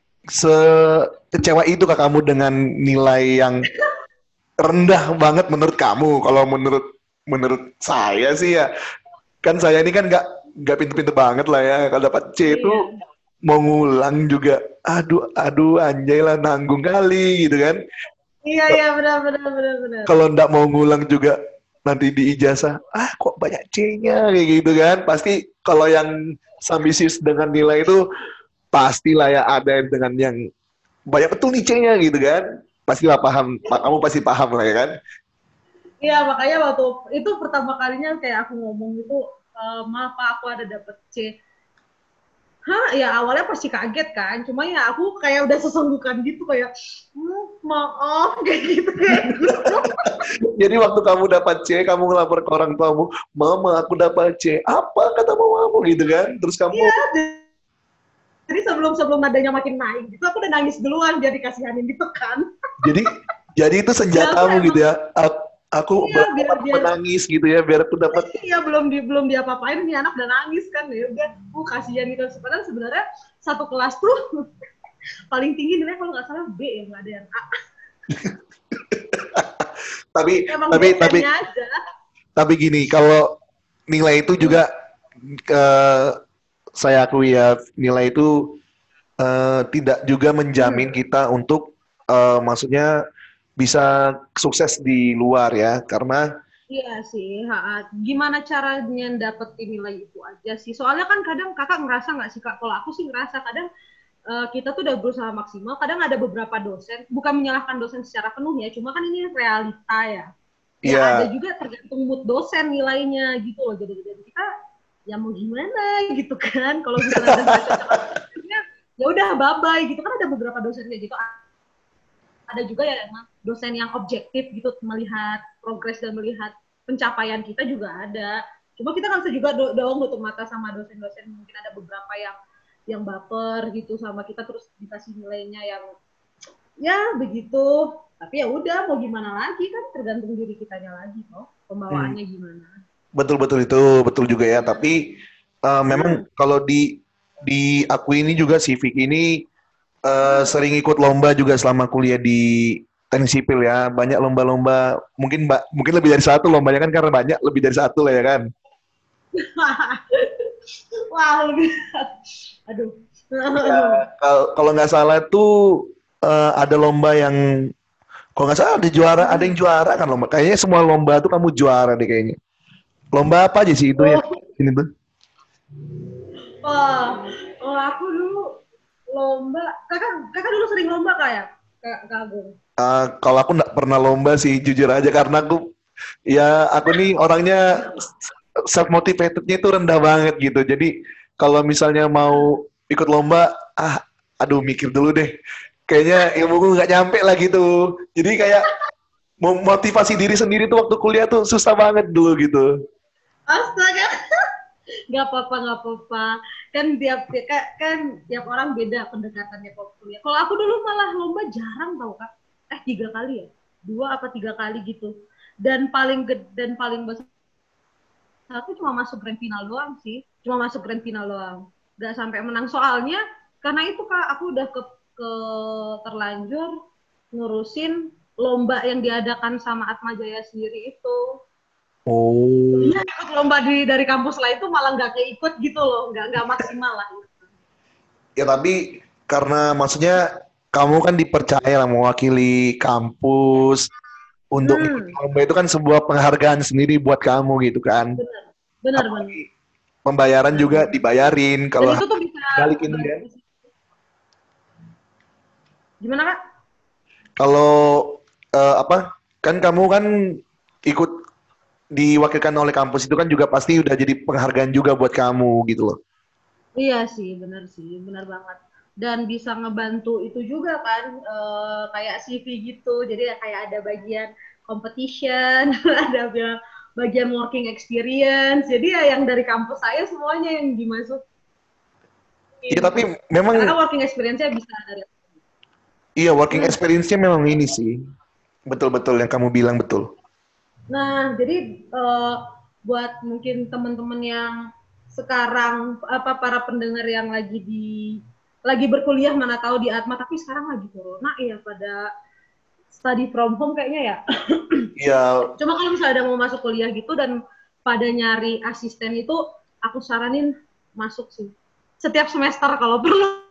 sekecewa itu kak kamu dengan nilai yang rendah banget menurut kamu? Kalau menurut menurut saya sih ya, kan saya ini kan nggak nggak pinter-pinter banget lah ya. Kalau dapat C itu Iya. mau ngulang juga, aduh aduh anjay lah nanggung kali gitu kan. Iya, iya, benar, benar, benar, benar. Kalau ndak mau ngulang juga nanti di ijazah, ah kok banyak C-nya kayak gitu kan. Pasti kalau yang ambisius dengan nilai itu pastilah ya ada dengan yang banyak betul nih C-nya gitu kan. Pastilah paham, kamu pasti paham lah ya kan. Iya, makanya waktu itu pertama kalinya kayak aku ngomong itu, e, maaf Pak, aku ada dapet C. Hah, ya awalnya pasti kaget kan, cuma ya aku kayak udah sesenggukan gitu, kayak, hm, maaf, kayak gitu, kayak gitu. Jadi waktu kamu dapat C, kamu ngelapor ke orang tuamu, mama aku dapat C. Apa kata mamamu gitu kan? Terus kamu, Iya, jadi sebelum sebelum nadanya makin naik gitu, aku udah nangis duluan biar dikasihanin gitu kan. jadi jadi itu Ya aku senjatamu gitu emang, ya. aku Iya, biar dapat biar menangis gitu ya, biar aku dapat. iya belum di belum diapa-apain nih anak udah nangis kan ya udah, uh kasihan gitu. Sebenarnya sebenarnya satu kelas tuh paling tinggi nilai kalau nggak salah B ya, nggak ada yang A. Tapi Emang tapi tapi dosennya aja. tapi gini, kalau nilai itu Hmm. juga eh, saya akui ya, nilai itu eh, tidak juga Hmm. menjamin kita untuk eh, maksudnya bisa sukses di luar ya, karena Iya sih, ha, ha. Gimana caranya dapetin nilai itu aja sih. Soalnya kan kadang kakak ngerasa nggak sih kak, kalau aku sih ngerasa kadang uh, kita tuh udah berusaha maksimal, kadang ada beberapa dosen, bukan menyalahkan dosen secara penuh ya, cuma kan ini realita ya. Ya ada ya juga tergantung mood dosen nilainya gitu loh. Jadi, jadi kita ya mau gimana gitu kan. Kalau misalnya udah nggak cocok sama dosennya, ya udah bye-bye gitu kan, ada beberapa dosen kayak gitu. Ada juga ya emang dosen yang objektif gitu melihat progres dan melihat pencapaian kita juga ada. Cuma kita kan bisa juga do dong tutup mata sama dosen-dosen, mungkin ada beberapa yang yang baper gitu sama kita terus dikasih nilainya yang ya begitu. Tapi ya udah mau gimana lagi kan tergantung diri kitanya lagi toh hmm, pembawaannya gimana. betul-betul itu betul juga ya. Tapi eh, memang Hmm. kalau di di aku ini juga si Vicky ini eh, sering ikut lomba juga selama kuliah di teknik sipil ya. Banyak lomba-lomba, mungkin mbak mungkin lebih dari satu lombanya kan, karena banyak lebih dari satu lah ya kan. Wah lebih aduh. Ya, kalau kalau nggak salah tuh eh, ada lomba yang kalau nggak salah ada juara, ada yang juara kan lomba. Kayaknya semua lomba tuh kamu juara deh kayaknya. Lomba apa aja sih itu yang Oh, ini tuh? wah, oh, aku dulu lomba, kakak, kakak dulu sering lomba kayak, kak, kak Agung. Eh, kalau aku nggak pernah lomba sih jujur aja, karena aku ya aku nih orangnya Kenapa? self motivatednya itu rendah banget gitu. Jadi kalau misalnya mau ikut lomba, ah, aduh mikir dulu deh. Kayaknya ilmuku nggak nyampe lah gitu. Jadi kayak mau motivasi diri sendiri tuh waktu kuliah tuh susah banget dulu gitu. Astaga, nggak apa-apa, nggak apa-apa. Kan tiap kan, kan tiap orang beda pendekatannya kalau kuliah. Kalau aku dulu malah lomba jarang tau kak. Eh tiga kali ya, dua apa tiga kali gitu. Dan paling gede dan paling besar aku cuma masuk grand final doang sih, cuma masuk grand final doang, nggak sampai menang soalnya karena itu kak aku udah ke, ke terlanjur ngurusin lomba yang diadakan sama Atma Jaya sendiri itu. Oh. Iya ikut lomba di dari kampus lah itu malah nggak keikut gitu loh, nggak nggak maksimal lah. Ya tapi karena maksudnya kamu kan dipercaya lah mewakili kampus untuk ikut Hmm, lomba, itu kan sebuah penghargaan sendiri buat kamu gitu kan. benar, benar, benar, Apalagi pembayaran benar juga banget. dibayarin Dan kalau itu tuh bisa balikin kan. ngebantu. Gimana kak? Kalau eh, apa kan kamu kan ikut diwakilkan oleh kampus, itu kan juga pasti udah jadi penghargaan juga buat kamu gitu loh. Iya sih, benar sih, benar banget. Dan bisa ngebantu itu juga kan, eh, kayak C V gitu. Jadi ya kayak ada bagian competition, ada bagian working experience. Jadi ya yang dari kampus saya semuanya yang dimasukin. Iya tapi Karena kan memang working experience-nya bisa dari. iya, working Hmm. experience-nya memang ini sih. Betul-betul yang kamu bilang betul. Nah, jadi uh, buat mungkin teman-teman yang sekarang apa para pendengar yang lagi di lagi berkuliah mana tahu di Atma tapi sekarang lagi corona ya pada study from home kayaknya ya. Iya. Cuma kalau misalnya ada mau masuk kuliah gitu dan pada nyari asisten itu aku saranin masuk sih. Setiap semester kalau perlu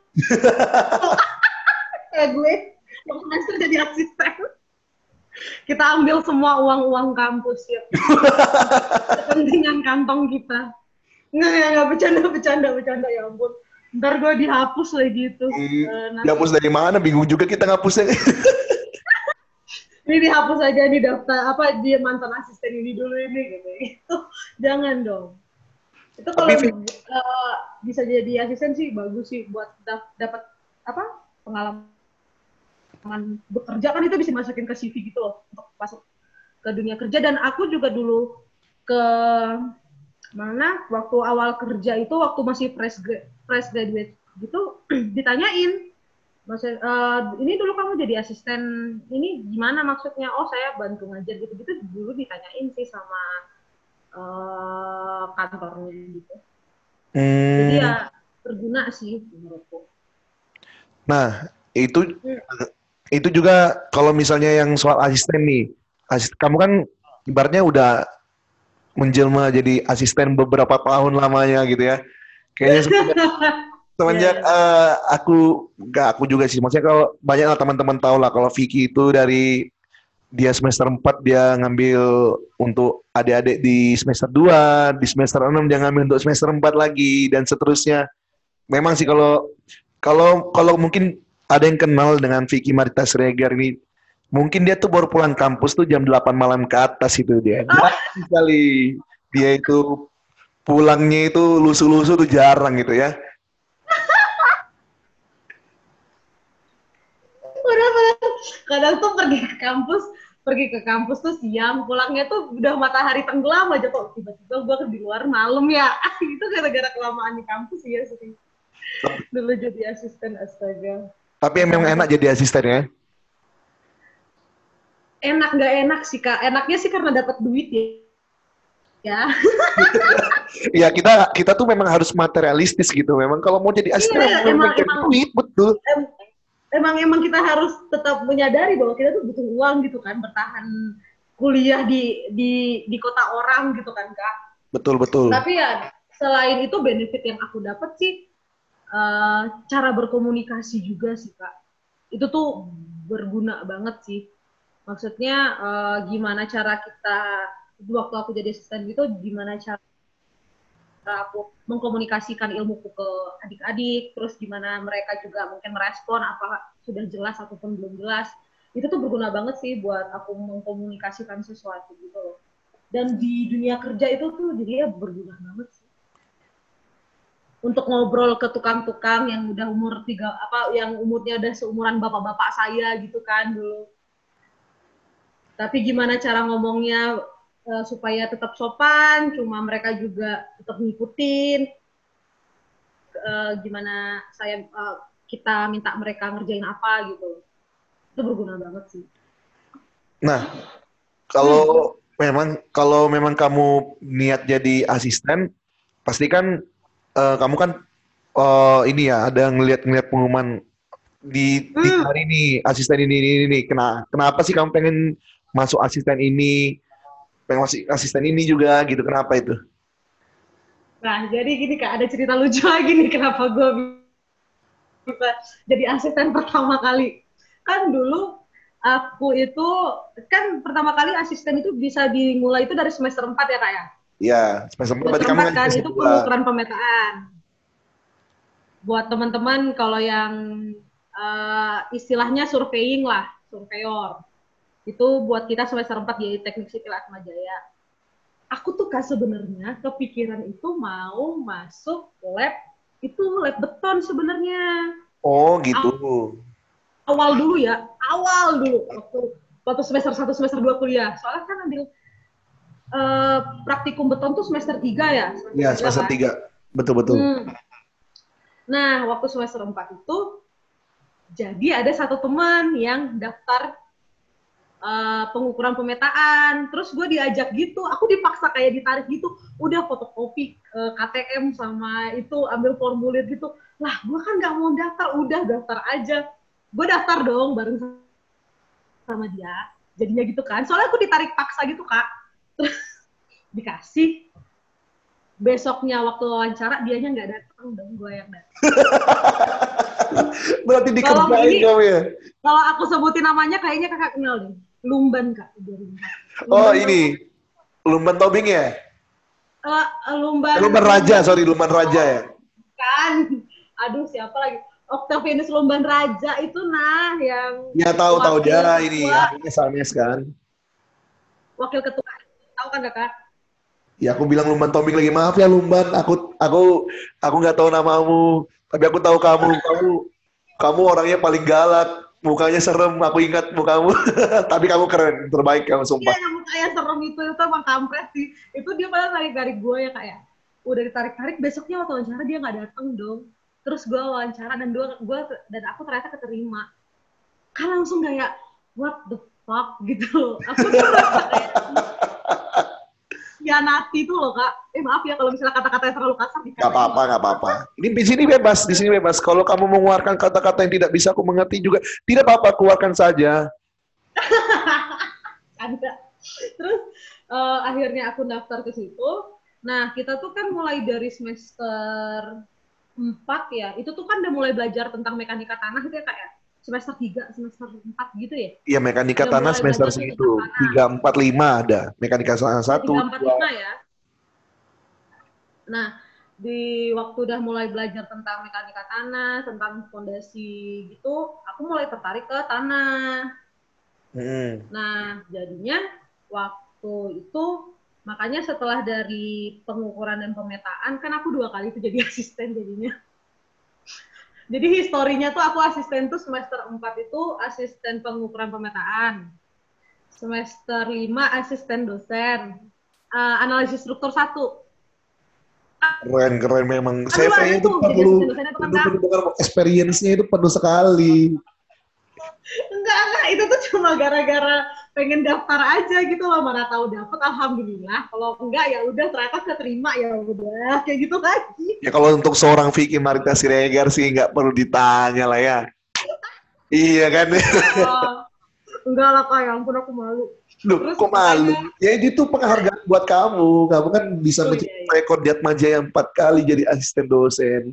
kayak gue yang semester jadi asisten. Kita ambil semua uang-uang kampus ya. Kepentingan kantong kita. Nggak, nggak, nggak, bercanda, bercanda, bercanda, ya ampun. Ntar gue dihapus lagi itu. Hmm, Uh, nanti. dihapus dari mana? Bingung juga kita ngapusnya. Ini dihapus aja nih daftar, apa, dia mantan asisten ini dulu ini, gitu. Itu, jangan dong. Itu Tapi kalau uh, bisa jadi asisten sih, bagus sih, buat dapat, apa, pengalaman bekerja kan itu bisa masukin ke C V gitu loh, untuk masuk ke dunia kerja. Dan aku juga dulu ke mana waktu awal kerja itu waktu masih fresh fresh graduate gitu ditanyain Maksud, eh, ini dulu kamu jadi asisten, ini gimana maksudnya? Oh saya bantu ngajar gitu-gitu dulu ditanyain sih sama eh, kantornya gitu. Jadi Hmm, ya berguna sih menurutku. nah, itu Hmm. itu juga kalau misalnya yang soal asisten nih, asis, kamu kan ibaratnya udah menjelma jadi asisten beberapa tahun lamanya gitu ya. Kayaknya semenjak, Ya, semenjak ya. eh, aku, nggak aku juga sih, maksudnya kalau banyak lah teman-teman tahu lah kalau Vicky itu dari dia semester empat dia ngambil untuk adik-adik di semester dua, di semester enam dia ngambil untuk semester empat lagi dan seterusnya. Memang sih kalau kalau kalau mungkin ada yang kenal dengan Vicky Marita Sregar ini, mungkin dia tuh baru pulang kampus tuh jam delapan malam ke atas itu dia. Oh, Jarang sekali dia itu pulangnya itu lusuh-lusuh tuh jarang gitu ya. bener-bener. Kadang tuh pergi ke kampus, pergi ke kampus tuh siang, pulangnya tuh udah matahari tenggelam aja kok. Tiba-tiba gue di luar malam ya. Itu gara-gara kelamaan di kampus ya sih. Dulu jadi asisten, astaga. Tapi emang Masa-masa enak jadi asisten ya. enak nggak enak sih kak. Enaknya sih karena dapat duit ya. Ya, Ya kita kita tuh memang harus materialistis gitu. Memang kalau mau jadi asisten iya memang emang mencari emang duit betul. em, emang emang kita harus tetap menyadari bahwa kita tuh butuh uang gitu kan, bertahan kuliah di di di kota orang gitu kan kak. Betul betul. Tapi ya selain itu benefit yang aku dapat sih uh, cara berkomunikasi juga sih kak. Itu tuh berguna banget sih. Maksudnya uh, gimana cara kita waktu aku jadi asisten gitu, gimana cara aku mengkomunikasikan ilmuku ke adik-adik, terus gimana mereka juga mungkin merespon apa sudah jelas ataupun belum jelas. Itu tuh berguna banget sih buat aku mengkomunikasikan sesuatu gitu loh. Dan di dunia kerja itu tuh jadinya berguna banget sih. Untuk ngobrol ke tukang-tukang yang udah umur tiga apa yang umurnya udah seumuran bapak-bapak saya gitu kan dulu. Tapi gimana cara ngomongnya uh, supaya tetap sopan, cuma mereka juga tetap ngikutin uh, gimana saya uh, kita minta mereka ngerjain apa gitu. Itu berguna banget sih. Nah, Hmm. kalau memang kalau memang kamu niat jadi asisten, pasti kan eh, kamu kan eh, ini ya ada ngelihat-ngelihat pengumuman di Hmm. dicari nih asisten ini ini ini. Kena, kenapa sih kamu pengen masuk asisten ini? Pengen masuk asisten ini juga gitu. Kenapa itu? Nah, jadi gini Kak, ada cerita lucu lagi nih kenapa gue bisa jadi asisten pertama kali. Kan dulu aku itu, kan pertama kali asisten itu bisa dimulai itu dari semester empat ya Kak ya? Ya, semester empat berarti Semester kamu empat ngajar kan, semester itu dua. pengukuran pemetaan. Buat teman-teman kalau yang uh, istilahnya surveying lah, surveyor. Itu buat kita semester empat di Teknik Sipil Atma Jaya. Aku tuh Kak sebenarnya kepikiran itu mau masuk lab, itu lab beton sebenarnya. Oh gitu. Awal dulu ya, awal dulu waktu waktu semester satu semester dua kuliah. Soalnya kan ambil uh, praktikum beton tuh semester tiga ya, semester Ya tiga semester kan. tiga. Betul betul. Hmm. Nah, waktu semester empat itu jadi ada satu teman yang daftar uh, pengukuran pemetaan. Terus gue diajak gitu, aku dipaksa kayak ditarik gitu. Udah fotokopi uh, K T M sama itu ambil formulir gitu. Lah, gue kan nggak mau daftar, udah daftar aja. Gue daftar dong bareng sama dia. Jadinya gitu kan. Soalnya aku ditarik paksa gitu kak. Terus dikasih. Besoknya waktu wawancara dianya nggak datang dong, gue yang datang. Berarti Kalau dikerjain ini, kamu ya? kalau aku sebutin namanya kayaknya kakak kenal deh. Lumban kak. Oh Lumban tau kan? ini, Lumban Tobing ya? Uh, Eh, lumban Lumban Raja, lumban sorry, Lumban Raja ya? kan. Aduh siapa lagi? Octavianus Lumban Raja itu nah yang Ya tahu tahu dia wakil ini ketua ahlinya Sanes kan. wakil ketua tahu kan kakak? Ya aku bilang Lumban Tobing lagi, maaf ya Lumban, aku aku aku nggak tahu namamu, tapi aku tahu kamu, kamu kamu orangnya paling galak, mukanya serem, aku ingat mukamu, tapi kamu keren, terbaik kamu Iya sumpah. yang kayak serem itu itu emang kampret sih. Itu dia malah tarik tarik gue ya kak ya. Udah ditarik tarik besoknya waktu wawancara dia nggak datang dong. terus gue wawancara dan gue gue dan aku ternyata keterima. Kan langsung kayak what the fuck gitu. Aku tuh merasa kayak nanti tuh loh kak. Eh maaf ya kalau misalnya kata-kata yang terlalu kasar dikatain. Gak apa-apa, gak apa-apa. Ini di sini bebas, di sini bebas. Kalau kamu mengeluarkan kata-kata yang tidak bisa aku mengerti juga, tidak apa-apa, keluarkan saja. Ada. Terus uh, akhirnya aku daftar ke situ. Nah, kita tuh kan mulai dari semester empat ya. Itu tuh kan udah mulai belajar tentang mekanika tanah gitu ya kak ya. Semester tiga, semester empat gitu ya. Iya, mekanika udah tanah semester segitu. tiga, empat, lima ada. Mekanika tanah satu, tiga, empat, lima ya. Nah, di waktu udah mulai belajar tentang mekanika tanah, tentang fondasi gitu, aku mulai tertarik ke tanah. Hmm. Nah, jadinya waktu itu, makanya setelah dari pengukuran dan pemetaan, kan aku dua kali itu jadi asisten jadinya. Jadi historinya tuh aku asisten tuh semester empat itu asisten pengukuran pemetaan. Semester lima asisten dosen. Uh, analisis struktur satu. Keren, keren memang. C V-nya itu perlu, perlu experience-nya itu perlu sekali. Enggak, enggak. Itu tuh cuma gara-gara pengen daftar aja gitu loh. Mana tahu dapet, alhamdulillah. Kalau enggak ya udah ternyata keterima ya udah kayak gitu lagi. Ya kalau untuk seorang Vicky Marita Siregar sih nggak perlu ditanya lah ya. Iya kan? Oh, enggak lah kak, ya ampun aku malu. Loh, terus kok malu? Ya itu penghargaan buat kamu. Kamu kan bisa oh, mencapai iya, iya. rekor di Atma Jaya empat kali jadi asisten dosen.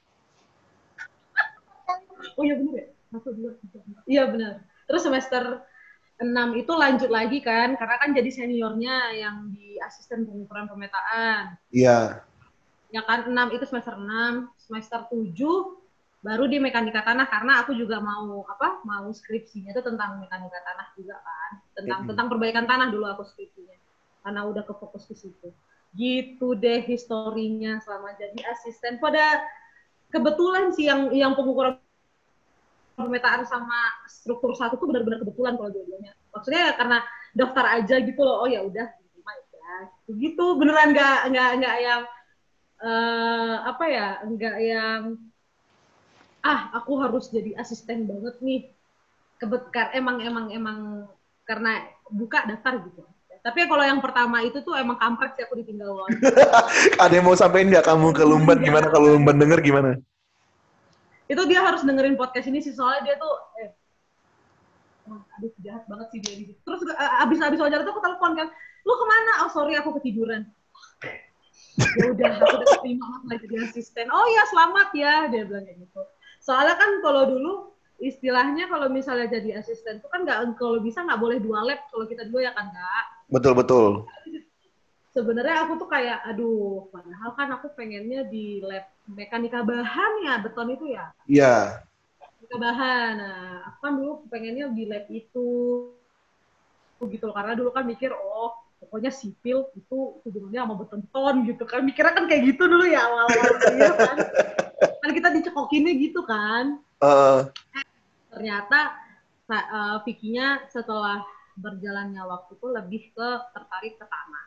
Oh iya benar ya? Masuk dulu. Iya benar. Terus semester enam itu lanjut lagi kan, karena kan jadi seniornya yang di asisten pengukuran pemetaan. Iya. Ya kan, enam itu semester enam, semester tujuh baru di mekanika tanah, karena aku juga mau apa mau skripsinya itu tentang mekanika tanah juga kan, tentang mm-hmm. tentang perbaikan tanah dulu aku skripsinya, karena udah kefokus ke situ. Gitu deh historinya selama jadi asisten. Pada kebetulan sih yang yang pengukuran pemetaan sama struktur satu tuh benar-benar kebetulan kalau dua-duanya. Maksudnya ya karena daftar aja gitu loh. Oh ya udah, ya gitu. Beneran nggak nggak nggak yang uh, apa ya, nggak yang ah aku harus jadi asisten banget nih. Kebetulan emang emang emang karena buka daftar gitu. Tapi kalau yang pertama itu tuh emang kampret sih aku ditinggal loh. Ada yang mau sampein nggak kamu ke Lumban gimana? Kalau Lumban denger gimana? Itu dia harus dengerin podcast ini sih, soalnya dia tuh eh oh, aduh jahat banget sih dia. Terus uh, abis-abis wawancara tuh aku telepon kan, lu kemana? Oh sorry aku ketiduran. Ya udah aku udah terima lagi jadi asisten. Oh ya selamat ya, dia bilang kayak gitu. Soalnya kan kalau dulu istilahnya kalau misalnya jadi asisten tuh kan nggak, kalau bisa nggak boleh dua lab kalau kita dua ya kan nggak. Betul betul. Sebenarnya aku tuh kayak, aduh, padahal kan aku pengennya di lab mekanika bahan ya, beton itu ya. Iya. Mekanika bahan, nah aku kan dulu pengennya di lab itu, gitu karena dulu kan mikir, oh pokoknya sipil itu hubungannya sama beton-beton gitu kan, mikirnya kan kayak gitu dulu ya awal-awal kuliah kan. Kan kita dicekokinnya gitu kan. Uh. Eh, ternyata uh, Vicky-nya setelah berjalannya waktu tuh lebih ke tertarik ke tanah.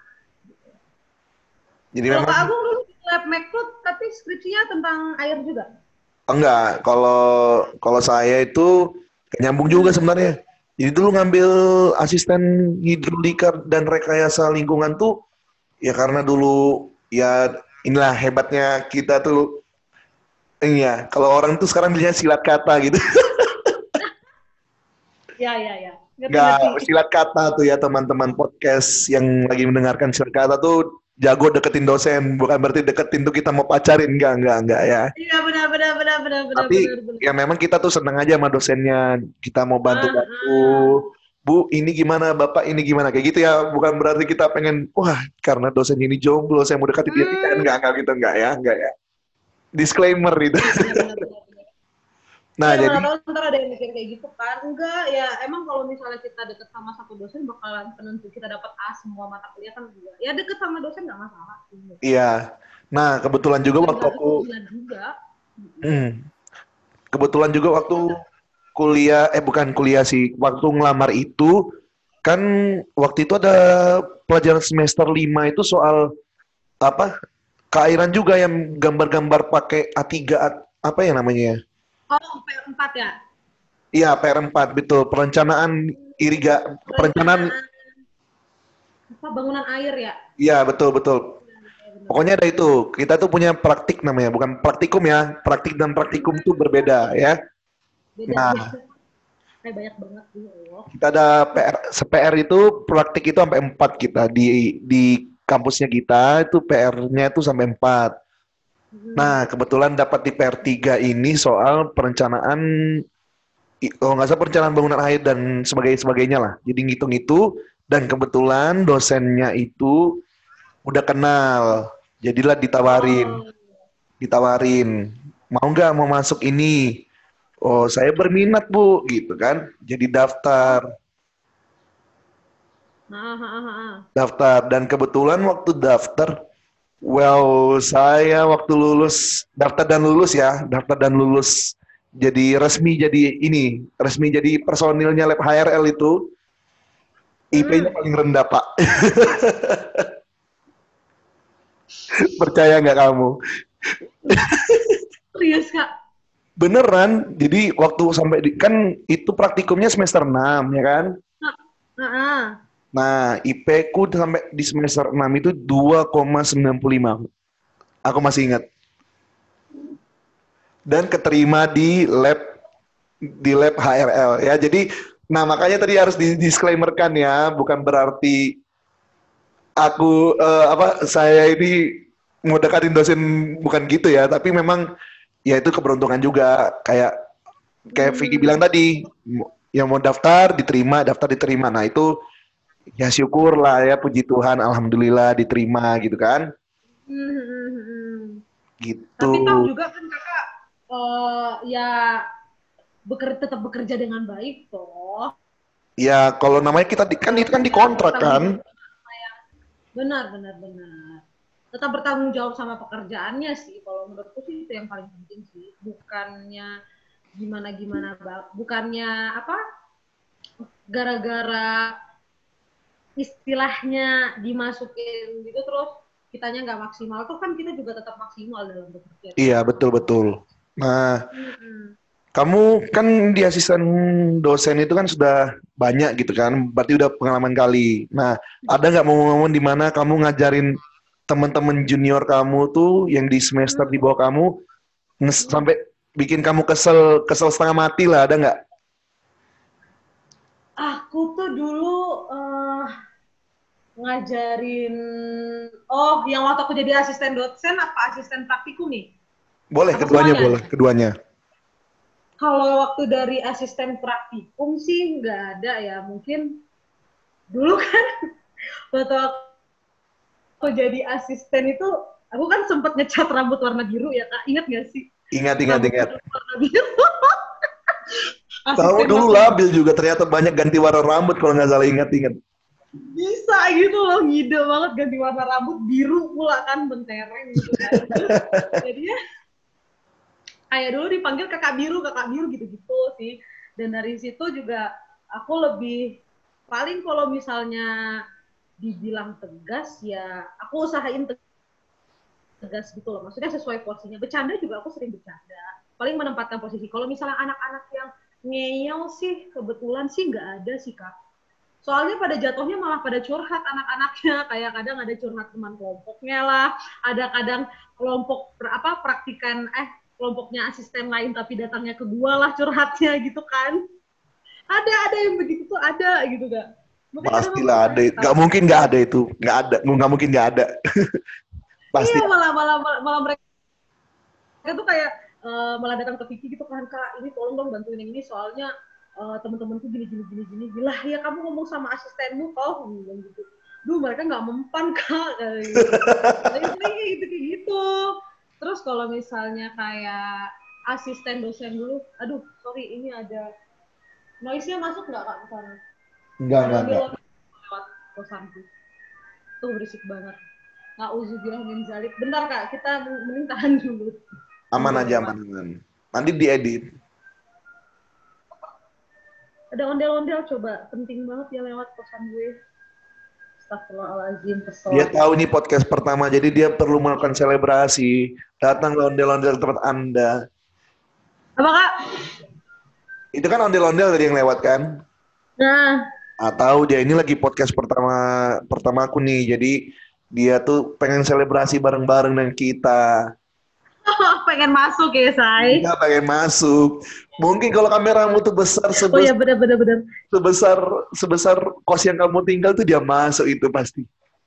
Jadi kalau memang Pak Agung dulu di lab Meklut, tapi skripsinya tentang air juga? Enggak, kalau kalau saya itu nyambung juga sebenarnya. Jadi dulu ngambil asisten hidrolika dan rekayasa lingkungan tuh ya karena dulu ya inilah hebatnya kita tuh. Iya, kalau orang tuh sekarang bilangnya silat kata gitu. Ya, ya, ya. Nggak, silat kata tuh ya teman-teman podcast yang lagi mendengarkan silat kata tuh jago deketin dosen, bukan berarti deketin tuh kita mau pacarin, enggak, enggak, enggak ya. Iya benar, benar, benar, benar, benar. Tapi benar, benar. ya memang kita tuh seneng aja sama dosennya, kita mau bantu-bantu. Ah, ah. Bu, ini gimana, Bapak ini gimana, kayak gitu ya. Bukan berarti kita pengen, wah karena dosen ini jomblo, saya mau dekati dia, hmm. enggak, enggak gitu, enggak ya, enggak ya. Disclaimer itu. Benar, benar, benar. Nah, ya, jadi ntar ada yang mikir kayak gitu kan. Enggak, ya emang kalau misalnya kita deket sama satu dosen bakalan penentu kita dapat A semua mata kuliah kan juga. Ya deket sama dosen nggak masalah. Iya. Nah, kebetulan juga waktu aku juga. Hmm, kebetulan juga waktu kuliah eh bukan kuliah sih, waktu ngelamar itu kan waktu itu ada pelajaran semester lima itu soal apa? Keairan juga yang gambar-gambar pakai A tiga apa ya namanya? Oh, P R empat ya? Iya, P R empat betul. Perencanaan iriga perencanaan Perencanaan apa bangunan air ya? iya betul betul. Iya, Pokoknya benar-benar. ada itu. Kita tuh punya praktik namanya, bukan praktikum ya. Praktik dan praktikum tuh berbeda ya. Beda Nah, beda. Kayak banyak banget tuh, Allah. kita ada P R, se-P R itu praktik itu sampai empat kita di di kampusnya kita itu P R-nya itu sampai empat. Hmm. Nah, kebetulan dapat di P R tiga ini soal perencanaan kalau nggak salah perencanaan bangunan air dan sebagainya sebagainya lah. Jadi ngitung itu dan kebetulan dosennya itu udah kenal. Jadilah ditawarin, Oh. ditawarin mau nggak mau masuk ini. Oh, saya berminat Bu, gitu kan. Jadi Oh. daftar, Ah, ah, ah, ah. daftar dan kebetulan waktu daftar, well saya waktu lulus daftar dan lulus ya, daftar dan lulus jadi resmi jadi ini, resmi jadi personilnya lab H R L itu I P-nya Hmm. paling rendah Pak. Percaya nggak kamu? Serius Kak? Beneran. Jadi waktu sampai di, kan itu praktikumnya semester enam ya kan? Ah, ah, ah. Nah, I P ku sampai di semester enam itu dua koma sembilan lima. Aku masih ingat. Dan keterima di lab di lab H R L ya. Jadi nah makanya tadi harus di disclaimer-kan ya, bukan berarti aku eh, apa saya ini mau dekatin dosen bukan gitu ya, tapi memang ya itu keberuntungan juga kayak kayak Vicky bilang Hmm. tadi yang mau daftar diterima, daftar diterima. Nah, itu ya syukur lah ya puji Tuhan alhamdulillah diterima gitu kan. Hmm, hmm, hmm, hmm. Gitu. Tapi toh juga kan kakak eh, ya beker- tetap bekerja dengan baik toh. Ya kalau namanya kita di- kan Tetap itu kan ya dikontrak bertanggung kan. jawab. Benar, benar, benar. Tetap bertanggung jawab sama pekerjaannya sih. Kalau menurutku sih itu yang paling penting sih. Bukannya gimana gimana, bukannya apa? Gara-gara istilahnya dimasukin gitu terus kitanya nggak maksimal tuh kan kita juga tetap maksimal dalam bekerja Iya kan. betul betul. Nah, Mm-mm. kamu kan di asisten dosen itu kan sudah banyak gitu kan, berarti udah pengalaman kali. Nah, ada nggak momen-momen di mana kamu ngajarin teman-teman junior kamu tuh yang di semester di bawah kamu nges- sampai bikin kamu kesel kesel setengah mati lah, ada nggak? Aku tuh dulu uh, ngajarin, oh yang waktu aku jadi asisten dosen apa asisten praktikum nih? Boleh Apa keduanya semuanya? boleh keduanya. Kalau waktu dari asisten praktikum sih nggak ada ya. Mungkin dulu kan waktu aku jadi asisten itu, aku kan sempet ngecat rambut warna biru ya Kak. Ingat nggak sih? Ingat ingat Rambut ingat. warna biru. Kamu Asisten dulu waktu labil juga ternyata banyak ganti warna rambut kalau nggak salah ingat-ingat. bisa gitu loh, ngide banget ganti warna rambut biru pula kan, bentereng gitu kan. Terus jadinya kayak dulu dipanggil kakak biru, kakak biru gitu-gitu sih. Dan dari situ juga aku lebih, paling kalau misalnya dibilang tegas ya aku usahain tegas gitu loh. Maksudnya sesuai porsinya. Bercanda juga aku sering bercanda. Paling menempatkan posisi. Kalau misalnya anak-anak yang ngeyel sih kebetulan sih nggak ada sih Kak. Soalnya pada jatuhnya malah pada curhat anak-anaknya, kayak kadang ada curhat teman kelompoknya lah, ada kadang kelompok apa praktikan eh kelompoknya asisten lain tapi datangnya ke gua lah curhatnya gitu kan. Ada ada yang begitu tuh ada gitu Kak. Makanya kadang aku Pastilah tuh ada. kayak Nggak ketawa. mungkin nggak ada itu. Nggak ada. Nggak mungkin nggak ada. Pasti. Iya malah malah malah, malah mereka tuh kayak uh, malah datang ke Vicky gitu kan, Kak ini tolong dong bantuin yang ini soalnya uh, teman-temanku gini gini gini gini. Lah ya kamu ngomong sama asistenmu kau gitu. Duh mereka nggak mempan Kak kayak gitu. Tapi kayak gitu kayak gitu. Terus kalau misalnya kayak asisten dosen dulu, aduh sorry ini ada noise-nya masuk nggak Kak ke sana? Enggak, Ada enggak, enggak. ondel-ondel lewat kosanku. Tuh berisik banget. Nauzubillah min zalik. Bentar Kak, kita mending tahan dulu. Aman Tunggu aja, lewat. aman, aman. Nanti diedit. Ada ondel-ondel coba, penting banget ya lewat kosan gue. Astagfirullahaladzim, Dia kesel. tahu ini podcast pertama, jadi dia perlu melakukan selebrasi. Datang ondel-ondel tempat Anda. Apa kak? Itu kan ondel-ondel tadi yang lewat kan? Nah, Atau dia ini lagi podcast pertama pertama aku nih. Jadi dia tuh pengen selebrasi bareng-bareng dengan kita. pengen masuk ya, Say. Dia pengen masuk. Mungkin kalau kameramu tuh besar Oh ya, sebesar benar-benar benar. sebesar sebesar kos yang kamu tinggal tuh dia masuk itu pasti.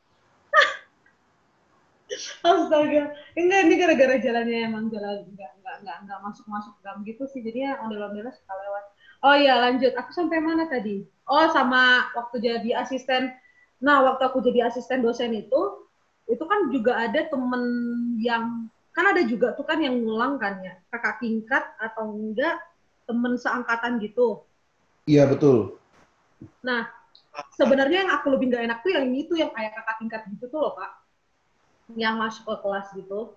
Astaga. Enggak, ini gara-gara jalannya emang jalan enggak enggak enggak enggak masuk-masuk gang gitu sih. Jadinya ondel-ondelnya suka lewat. Oh iya, lanjut. Aku sampai mana tadi? Oh, sama waktu jadi asisten. Nah, waktu aku jadi asisten dosen itu, itu kan juga ada temen yang kan ada juga tuh kan yang ngulang kan ya, kakak tingkat atau enggak temen seangkatan gitu. Iya betul. Nah, sebenarnya yang aku lebih nggak enak tuh yang itu yang kayak kakak tingkat gitu tuh loh Pak, yang masuk ke kelas gitu,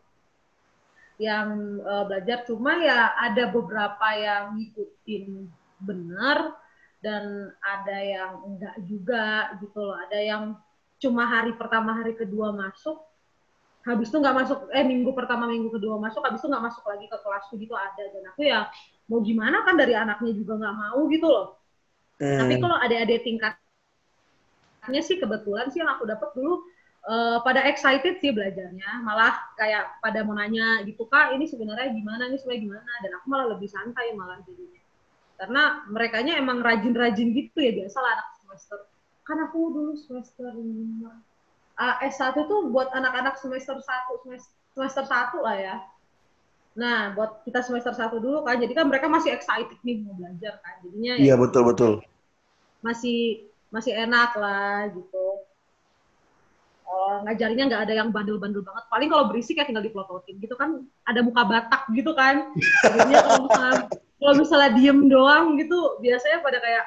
yang uh, belajar cuma ya ada beberapa yang ngikutin bener dan ada yang enggak juga gitu loh, ada yang cuma hari pertama hari kedua masuk, habis itu nggak masuk, eh minggu pertama minggu kedua masuk, habis itu nggak masuk lagi ke kelasku gitu ada, dan aku ya mau gimana kan dari anaknya juga nggak mau gitu loh. Tapi Hmm, kalau adik-adik tingkat sih kebetulan sih yang aku dapat dulu uh, pada excited sih belajarnya, malah kayak pada mau nanya gitu kak ini sebenarnya gimana ini sebenarnya gimana, dan aku malah lebih santai malah jadinya karena mereka emang rajin-rajin gitu ya, biasa lah anak semester, kan aku dulu semester lima uh, S satu tuh buat anak-anak semester satu semester, semester satu lah ya. Nah buat kita semester satu dulu kan, jadi kan mereka masih excited nih mau belajar kan, jadinya ya iya gitu betul betul. masih masih enak lah gitu. Oh, ngajarnya nggak ada yang bandel-bandel banget. Paling kalau berisik ya tinggal dipelototin gitu kan. Ada muka Batak gitu kan. Jadinya kalau misalnya kalau misalnya diem doang gitu, biasanya pada kayak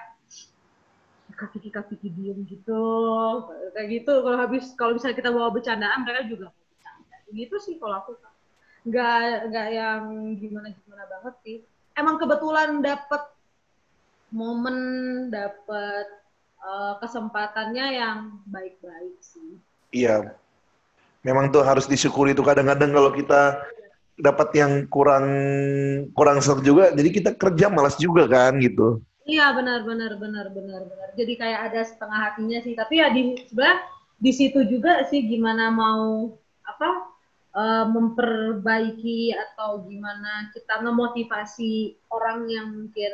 kaki kaki diem gitu. Kayak gitu. Kalau habis kalau misalnya kita bawa bercandaan, mereka juga mau bercanda. Gitu sih kalau aku. Nggak nggak yang gimana-gimana banget sih. Emang kebetulan dapet momen, dapet uh, kesempatannya yang baik-baik sih. Iya, memang tuh harus disyukuri tuh kadang-kadang kalau kita dapat yang kurang kurang serak juga, jadi kita kerja malas juga kan gitu. Iya benar benar benar benar benar. Jadi kayak ada setengah hatinya sih. Tapi ya di sebenarnya di situ juga sih gimana mau apa uh, memperbaiki atau gimana kita ngemotivasi orang yang mungkin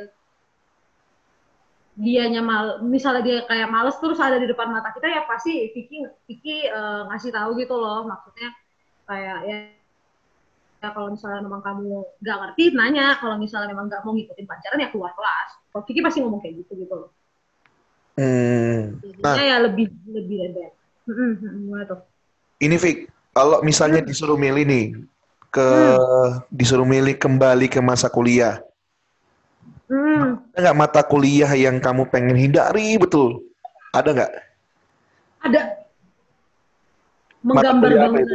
dianya mal, misalnya dia kayak males terus ada di depan mata kita ya pasti Vicky Vicky uh, ngasih tahu gitu loh, maksudnya kayak ya ya kalau misalnya memang kamu nggak ngerti nanya, kalau misalnya memang nggak mau ngikutin pacaran ya keluar kelas. Kalau Vicky pasti ngomong kayak gitu gitu loh. Hmm. Jadinya Nah, ya lebih lebih lebar. Hmm, hmm, gimana tuh? ini Vic, kalau misalnya Hmm, disuruh milih nih, ke hmm, disuruh milih kembali ke masa kuliah, hmm. ada nggak mata kuliah yang kamu pengen hindari betul? Ada nggak Ada mata menggambar kuliah apa itu? bangunan,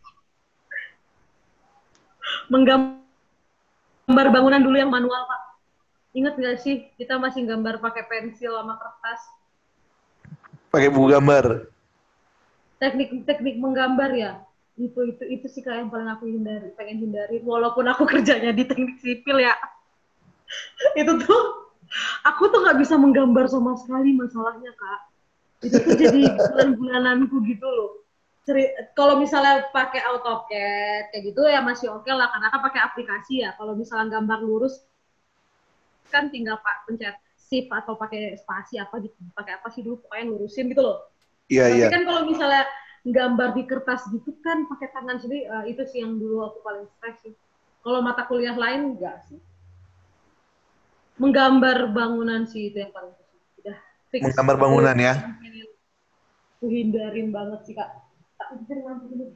menggambar bangunan dulu yang manual Pak. Ingat nggak sih kita masih gambar pakai pensil sama kertas? Pakai buku gambar. Teknik-teknik menggambar ya. Itu itu itu sih kayak yang paling aku hindari, pengen hindari. Walaupun aku kerjanya di teknik sipil ya, itu tuh aku tuh nggak bisa menggambar sama sekali masalahnya kak. Itu tuh jadi bulan-bulananku gitu loh. Kalau misalnya pakai AutoCAD kayak gitu ya masih oke okay lah karena kan pakai aplikasi ya. Kalau misalnya gambar lurus kan tinggal pak pencet shift atau pakai spasi apa gitu. Pakai apa sih dulu pokoknya lurusin gitu loh. Iya Tapi iya. kan kalau misalnya gambar di kertas gitu kan pakai tangan sendiri, uh, itu sih yang dulu aku paling stres sih. Kalau mata kuliah lain enggak sih. Menggambar bangunan sih itu yang paling susah. Udah fix. Menggambar Aku bangunan ya. aku hindarin banget sih kak. Tak dulu.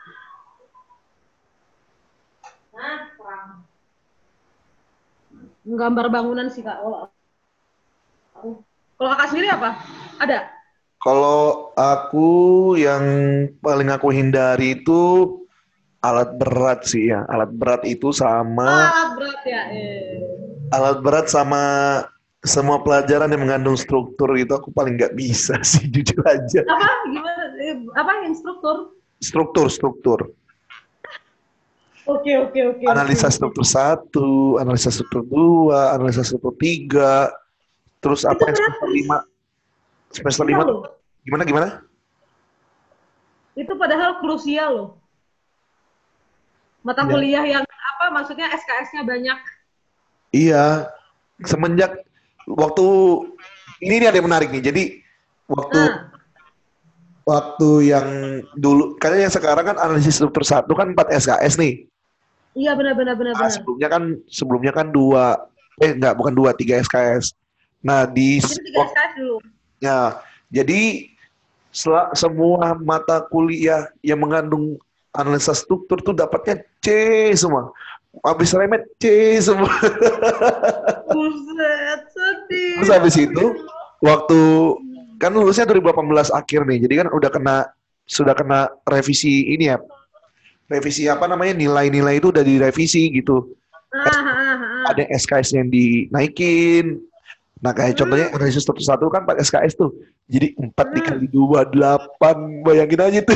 Nah, kurang. Menggambar bangunan sih kak. Oh, aku. Kalau kakak sendiri apa? Ada? Kalau aku yang paling aku hindari itu alat berat sih ya. Alat berat itu Oh, sama alat berat ya. Eh. alat berat sama semua pelajaran yang mengandung struktur itu aku paling nggak bisa sih jujur aja. Apa? Gimana? Eh, apa instruktur? Struktur, struktur. Oke, oke, oke, oke, Analisa oke. struktur satu, analisa struktur dua, analisa struktur tiga, terus apa Itu yang berat, semester lima, semester berat lima tuh loh. gimana gimana? Itu padahal krusial loh. Mata Ya. kuliah yang apa maksudnya S K S-nya banyak. Iya, semenjak waktu ini nih ada yang menarik nih. Jadi waktu Nah, waktu yang dulu, karena yang sekarang kan analisis struktur satu kan empat S K S nih. iya benar benar benar Nah, benar. sebelumnya kan sebelumnya kan dua, eh enggak bukan dua, tiga S K S. Nah di Jadi tiga S K S dulu. waktunya, jadi sela- semua mata kuliah yang mengandung analisa struktur tuh dapatnya C semua. Habis remet C semua. Buset, Terus sedih. habis itu waktu kan lulusnya dua ribu delapan belas akhir nih. Jadi kan udah kena sudah kena revisi ini ya. Revisi apa namanya nilai-nilai itu udah direvisi gitu. Ah, ah, Ada ah. S K S yang dinaikin. Nah kayak contohnya Hmm, analisis satu satu kan empat S K S tuh. Jadi empat hmm. dikali dua delapan. Bayangin aja tuh.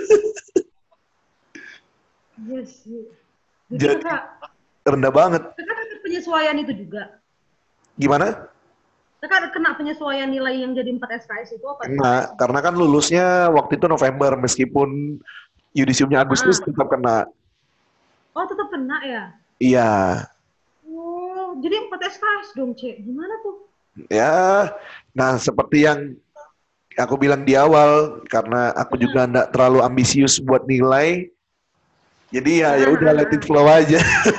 Yes. Jadi Jadi kakak, rendah banget. kakak ada penyesuaian itu juga. Gimana? Kakak ada kena penyesuaian nilai yang jadi empat S K S itu apa? Kena. Karena kan lulusnya waktu itu November. Meskipun yudisiumnya Agustus Ah. tetap kena. Oh, tetap kena ya? Iya. Oh, jadi empat S K S dong, Cek. Gimana tuh? Ya. Nah seperti yang aku bilang di awal. Karena aku juga Hmm. nggak terlalu ambisius buat nilai. Jadi ya Ah, ya ah, udah let it ah. flow aja.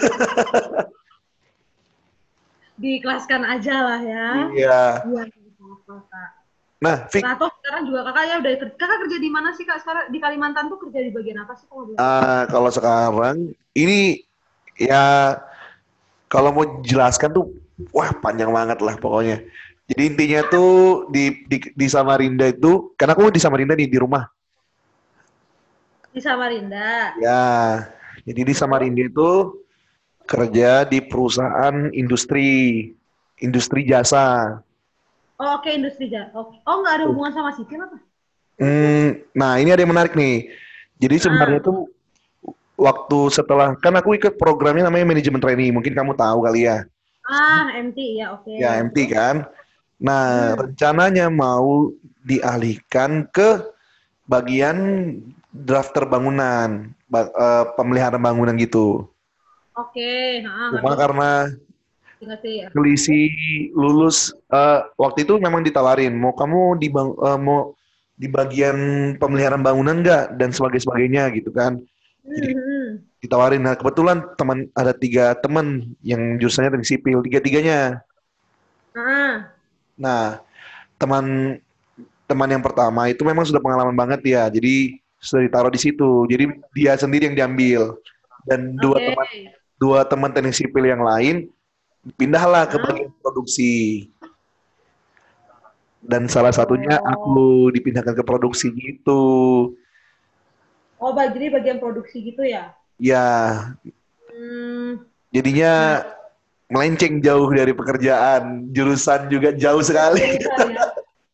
Diikhlaskan aja lah ya. Iya. Iya, apa Kak. Nah, Fik, Nah, toh sekarang juga kakak ya udah kakak kerja di mana sih Kak? Sekarang di Kalimantan tuh kerja di bagian apa sih kalau boleh tahu? uh, kalau sekarang ini ya kalau mau jelaskan tuh wah panjang banget lah pokoknya. Jadi intinya tuh di di, di Samarinda itu karena aku di Samarinda nih di rumah. Di Samarinda. Ya. Jadi di Terus? Samarinda itu kerja di perusahaan industri industri jasa. Oh, oke okay, industri jasa. Oke. Okay. Oh, nggak ada hubungan sama sipil apa? Hmm, nah ini ada yang menarik nih. Jadi sebenarnya Ah, tuh waktu setelah kan aku ikut programnya namanya manajemen training, mungkin kamu tahu kali ya. ah M T ya, oke. Ya Okay. M T Terus? kan. Nah, Hmm. rencananya mau dialihkan ke bagian drafter bangunan, ba- eh, pemeliharaan bangunan gitu. Oke, okay. Ah, Cuma ngerti. karena Ngerti ya. selisih lulus eh, waktu itu memang ditawarin, mau kamu di bang- eh, mau di bagian pemeliharaan bangunan enggak dan sebagainya sebagainya gitu kan. Jadi Hmm, hmm. ditawarin. Nah, kebetulan teman ada tiga teman yang jurusannya teknik sipil, tiga-tiganya. Ah, Nah, teman teman yang pertama itu memang sudah pengalaman banget ya, jadi sudah ditaruh di situ. Jadi dia sendiri yang diambil dan oke. dua teman Okay. dua teman teknik sipil yang lain pindahlah ke Ah. bagian produksi dan salah satunya Oh. aku dipindahkan ke produksi gitu. Oh, jadi bagian produksi gitu ya? Ya, Hmm. Nah, jadinya melenceng jauh dari pekerjaan, jurusan juga jauh beda sekali. jurusan ya.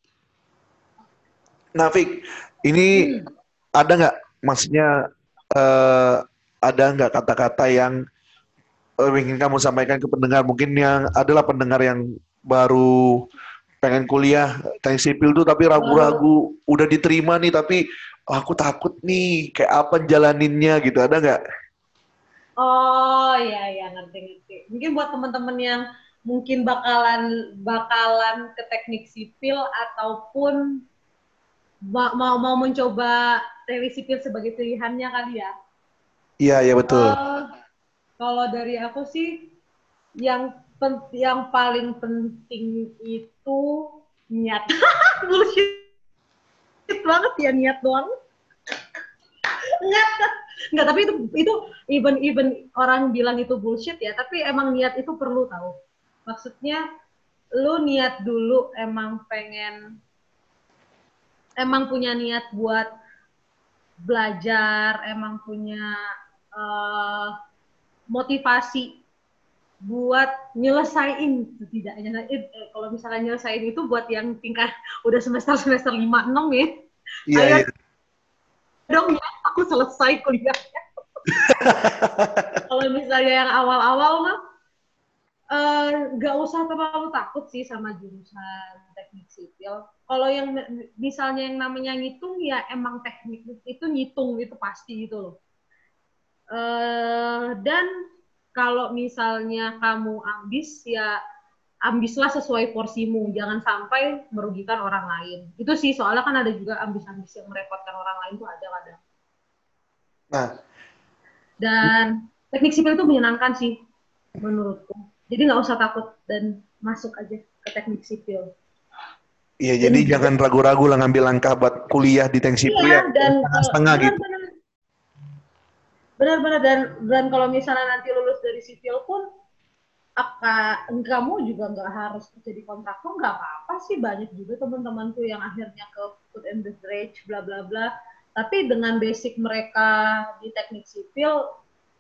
Nafik, ini Hmm. ada nggak maksudnya eh, ada nggak kata-kata yang eh, ingin kamu sampaikan ke pendengar? Mungkin yang adalah pendengar yang baru pengen kuliah teknik sipil tuh tapi Baru. ragu-ragu udah diterima nih tapi oh, aku takut nih kayak apa jalaninnya gitu ada nggak? Oh iya iya ngerti ngerti. Mungkin buat teman-teman yang mungkin bakalan bakalan ke teknik sipil ataupun mau mau mencoba teknik sipil sebagai pilihannya kali ya. Iya iya betul. Uh, Kalau dari aku sih yang pen, yang paling penting itu niat. Bullshit banget ya niat doang. Enggak, enggak tapi itu itu even even orang bilang itu bullshit ya, tapi emang niat itu perlu tahu. Maksudnya lu niat dulu emang pengen emang punya niat buat belajar, emang punya uh, motivasi buat nyelesain setidaknya eh, kalau misalnya nyelesain itu buat yang tingkat udah semester semester lima enam ya Iya ayo iya. dong ya aku selesai kuliah Kalau misalnya yang awal-awal mah nggak uh, usah terlalu takut sih sama jurusan teknik sipil. Kalau yang misalnya yang namanya ngitung ya emang teknik itu ngitung itu pasti gitu loh. Uh, dan kalau misalnya kamu ambis ya ambislah sesuai porsimu, jangan sampai merugikan orang lain. Itu sih soalnya kan ada juga ambis-ambis yang merepotkan orang lain tuh ada kadang. Nah, dan teknik sipil itu menyenangkan sih menurutku. Jadi nggak usah takut dan masuk aja ke teknik sipil. Iya, jadi juga, jangan ragu-ragu lah ngambil langkah buat kuliah di teknik sipil iya, ya. Dan setengah gitu. Benar-benar dan dan kalau misalnya nanti lulus dari sipil pun akan kamu juga nggak harus kerja di kontraktor, nggak apa-apa sih, banyak juga teman-temanku yang akhirnya ke food and beverage bla bla bla. Tapi dengan basic mereka di teknik sipil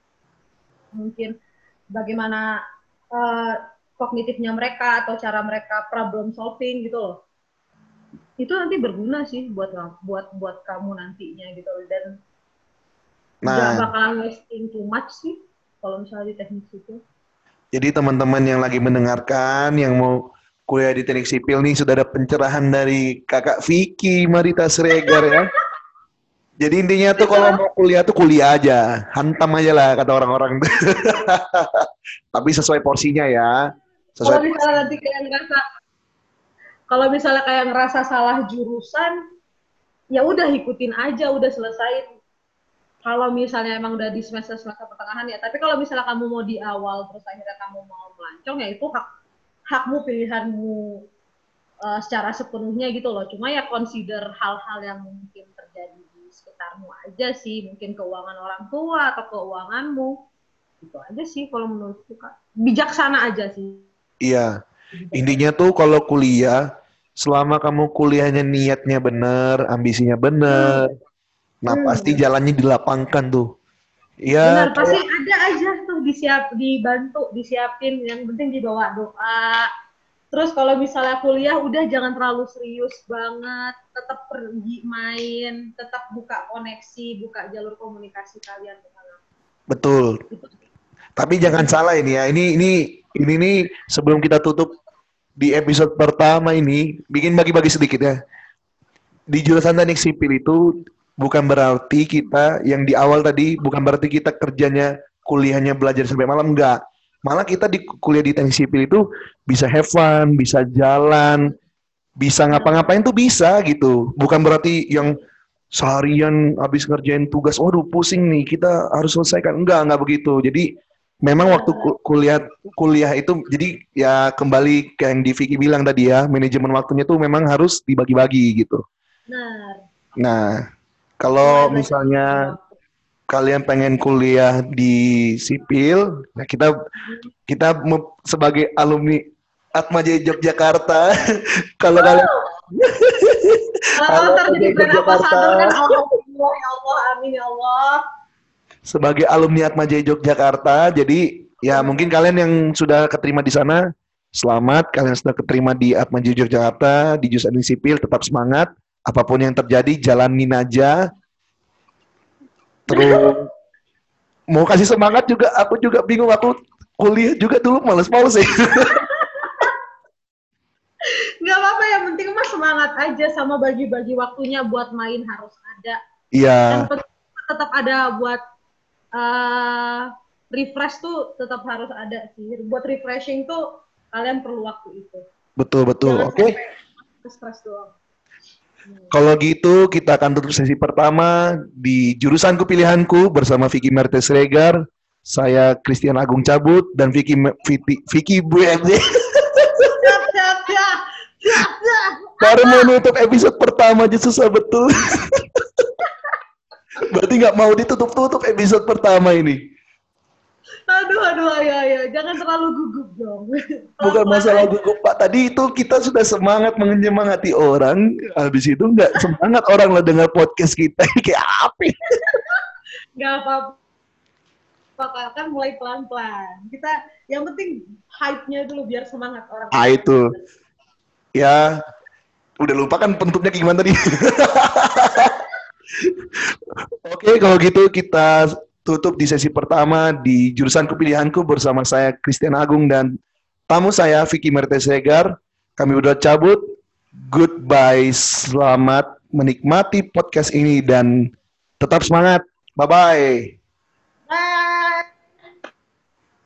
mungkin bagaimana uh, kognitifnya mereka atau cara mereka problem solving gitu loh, itu nanti berguna sih buat buat buat kamu nantinya gitu loh. Dan nggak nah, bakalan wasting too much sih kalau misalnya di teknik sipil. Jadi teman-teman yang lagi mendengarkan yang mau kuliah di teknik sipil nih sudah ada pencerahan dari kakak Vicky Marita Sregar ya. Jadi intinya tuh kalau mau kuliah tuh kuliah aja, hantam aja lah kata orang-orang. Tapi sesuai porsinya ya. Sesuai kalau misalnya nanti kayak ngerasa, kalau misalnya kayak ngerasa salah jurusan, ya udah ikutin aja, udah selesai. Kalau misalnya emang udah di semester semester pertengahan ya. Tapi kalau misalnya kamu mau di awal terus akhirnya kamu mau melancong, ya itu hak hakmu, pilihanmu uh, secara sepenuhnya gitu loh. Cuma ya consider hal-hal yang mungkin terjadi sekitarmu aja sih, mungkin keuangan orang tua atau keuanganmu, itu aja sih kalau menurutku Kak. Bijaksana aja sih. Iya, intinya tuh kalau kuliah, selama kamu kuliahnya niatnya bener, ambisinya bener, hmm. nah hmm. pasti jalannya dilapangkan tuh. Ya, benar, pasti kayak... ada aja tuh disiap, dibantu, disiapin, yang penting dibawa doa. Terus kalau misalnya kuliah udah jangan terlalu serius banget, tetap pergi main, tetap buka koneksi, buka jalur komunikasi kalian. Betul. Gitu. Tapi jangan salah ini ya, ini ini ini nih sebelum kita tutup di episode pertama ini, bikin bagi-bagi sedikit ya. Di jurusan teknik sipil itu bukan berarti kita yang di awal tadi, bukan berarti kita kerjanya, kuliahnya belajar sampai malam, enggak. Malah kita di kuliah di teknik sipil itu bisa have fun, bisa jalan, bisa ngapa-ngapain tuh bisa gitu. Bukan berarti yang seharian habis ngerjain tugas, waduh pusing nih, kita harus selesaikan. Enggak, enggak begitu. Jadi memang waktu kuliah kuliah itu, jadi ya kembali ke yang di Vicky bilang tadi ya, manajemen waktunya tuh memang harus dibagi-bagi gitu. Nah, nah kalau misalnya kalian pengen kuliah di sipil, nah kita kita sebagai alumni Atmajaya Yogyakarta, kalau kalian kalau terjadi brand ambassador kan Allah, ya Allah, amin ya Allah. Sebagai alumni Atmajaya Yogyakarta, jadi ya mungkin kalian yang sudah keterima di sana, selamat, kalian sudah keterima di Atmajaya Yogyakarta, di jurusan sipil, tetap semangat, apapun yang terjadi, jalanin aja. Terus mau kasih semangat juga, aku juga bingung, aku kuliah juga dulu males-males sih. Nggak apa-apa, yang penting mah semangat aja, sama bagi-bagi waktunya buat main harus ada. Iya. Yang penting tetap ada buat uh, refresh tuh tetap harus ada sih. Buat refreshing tuh kalian perlu waktu itu. Betul betul. Oke. Okay. Stres doang. Kalau gitu kita akan tutup sesi pertama di jurusanku pilihanku bersama Vicky Marita Sregar. Saya Christian Agung cabut dan Vicky Vicky, Vicky Bu M D. Baru mau nutup episode pertama aja susah betul. Berarti nggak mau ditutup-tutup episode pertama ini. Aduh, aduh, ayo, ayo. Jangan terlalu gugup dong. Bukan masalah gugup, Pak. Tadi itu kita sudah semangat menyemangati orang. Habis itu nggak semangat orang lah dengar podcast kita. Kayak apa? Nggak apa-apa. Kan mulai pelan-pelan. Kita, yang penting hype-nya dulu biar semangat orang. Ah, itu. Ya, udah lupa kan penutupnya gimana tadi. Oke, kalau gitu kita tutup di sesi pertama di jurusan Pilihanku bersama saya Christian Agung dan tamu saya Vicky Mertesegar. Kami udah cabut. Goodbye. Selamat menikmati podcast ini dan tetap semangat. Bye-bye. Bye.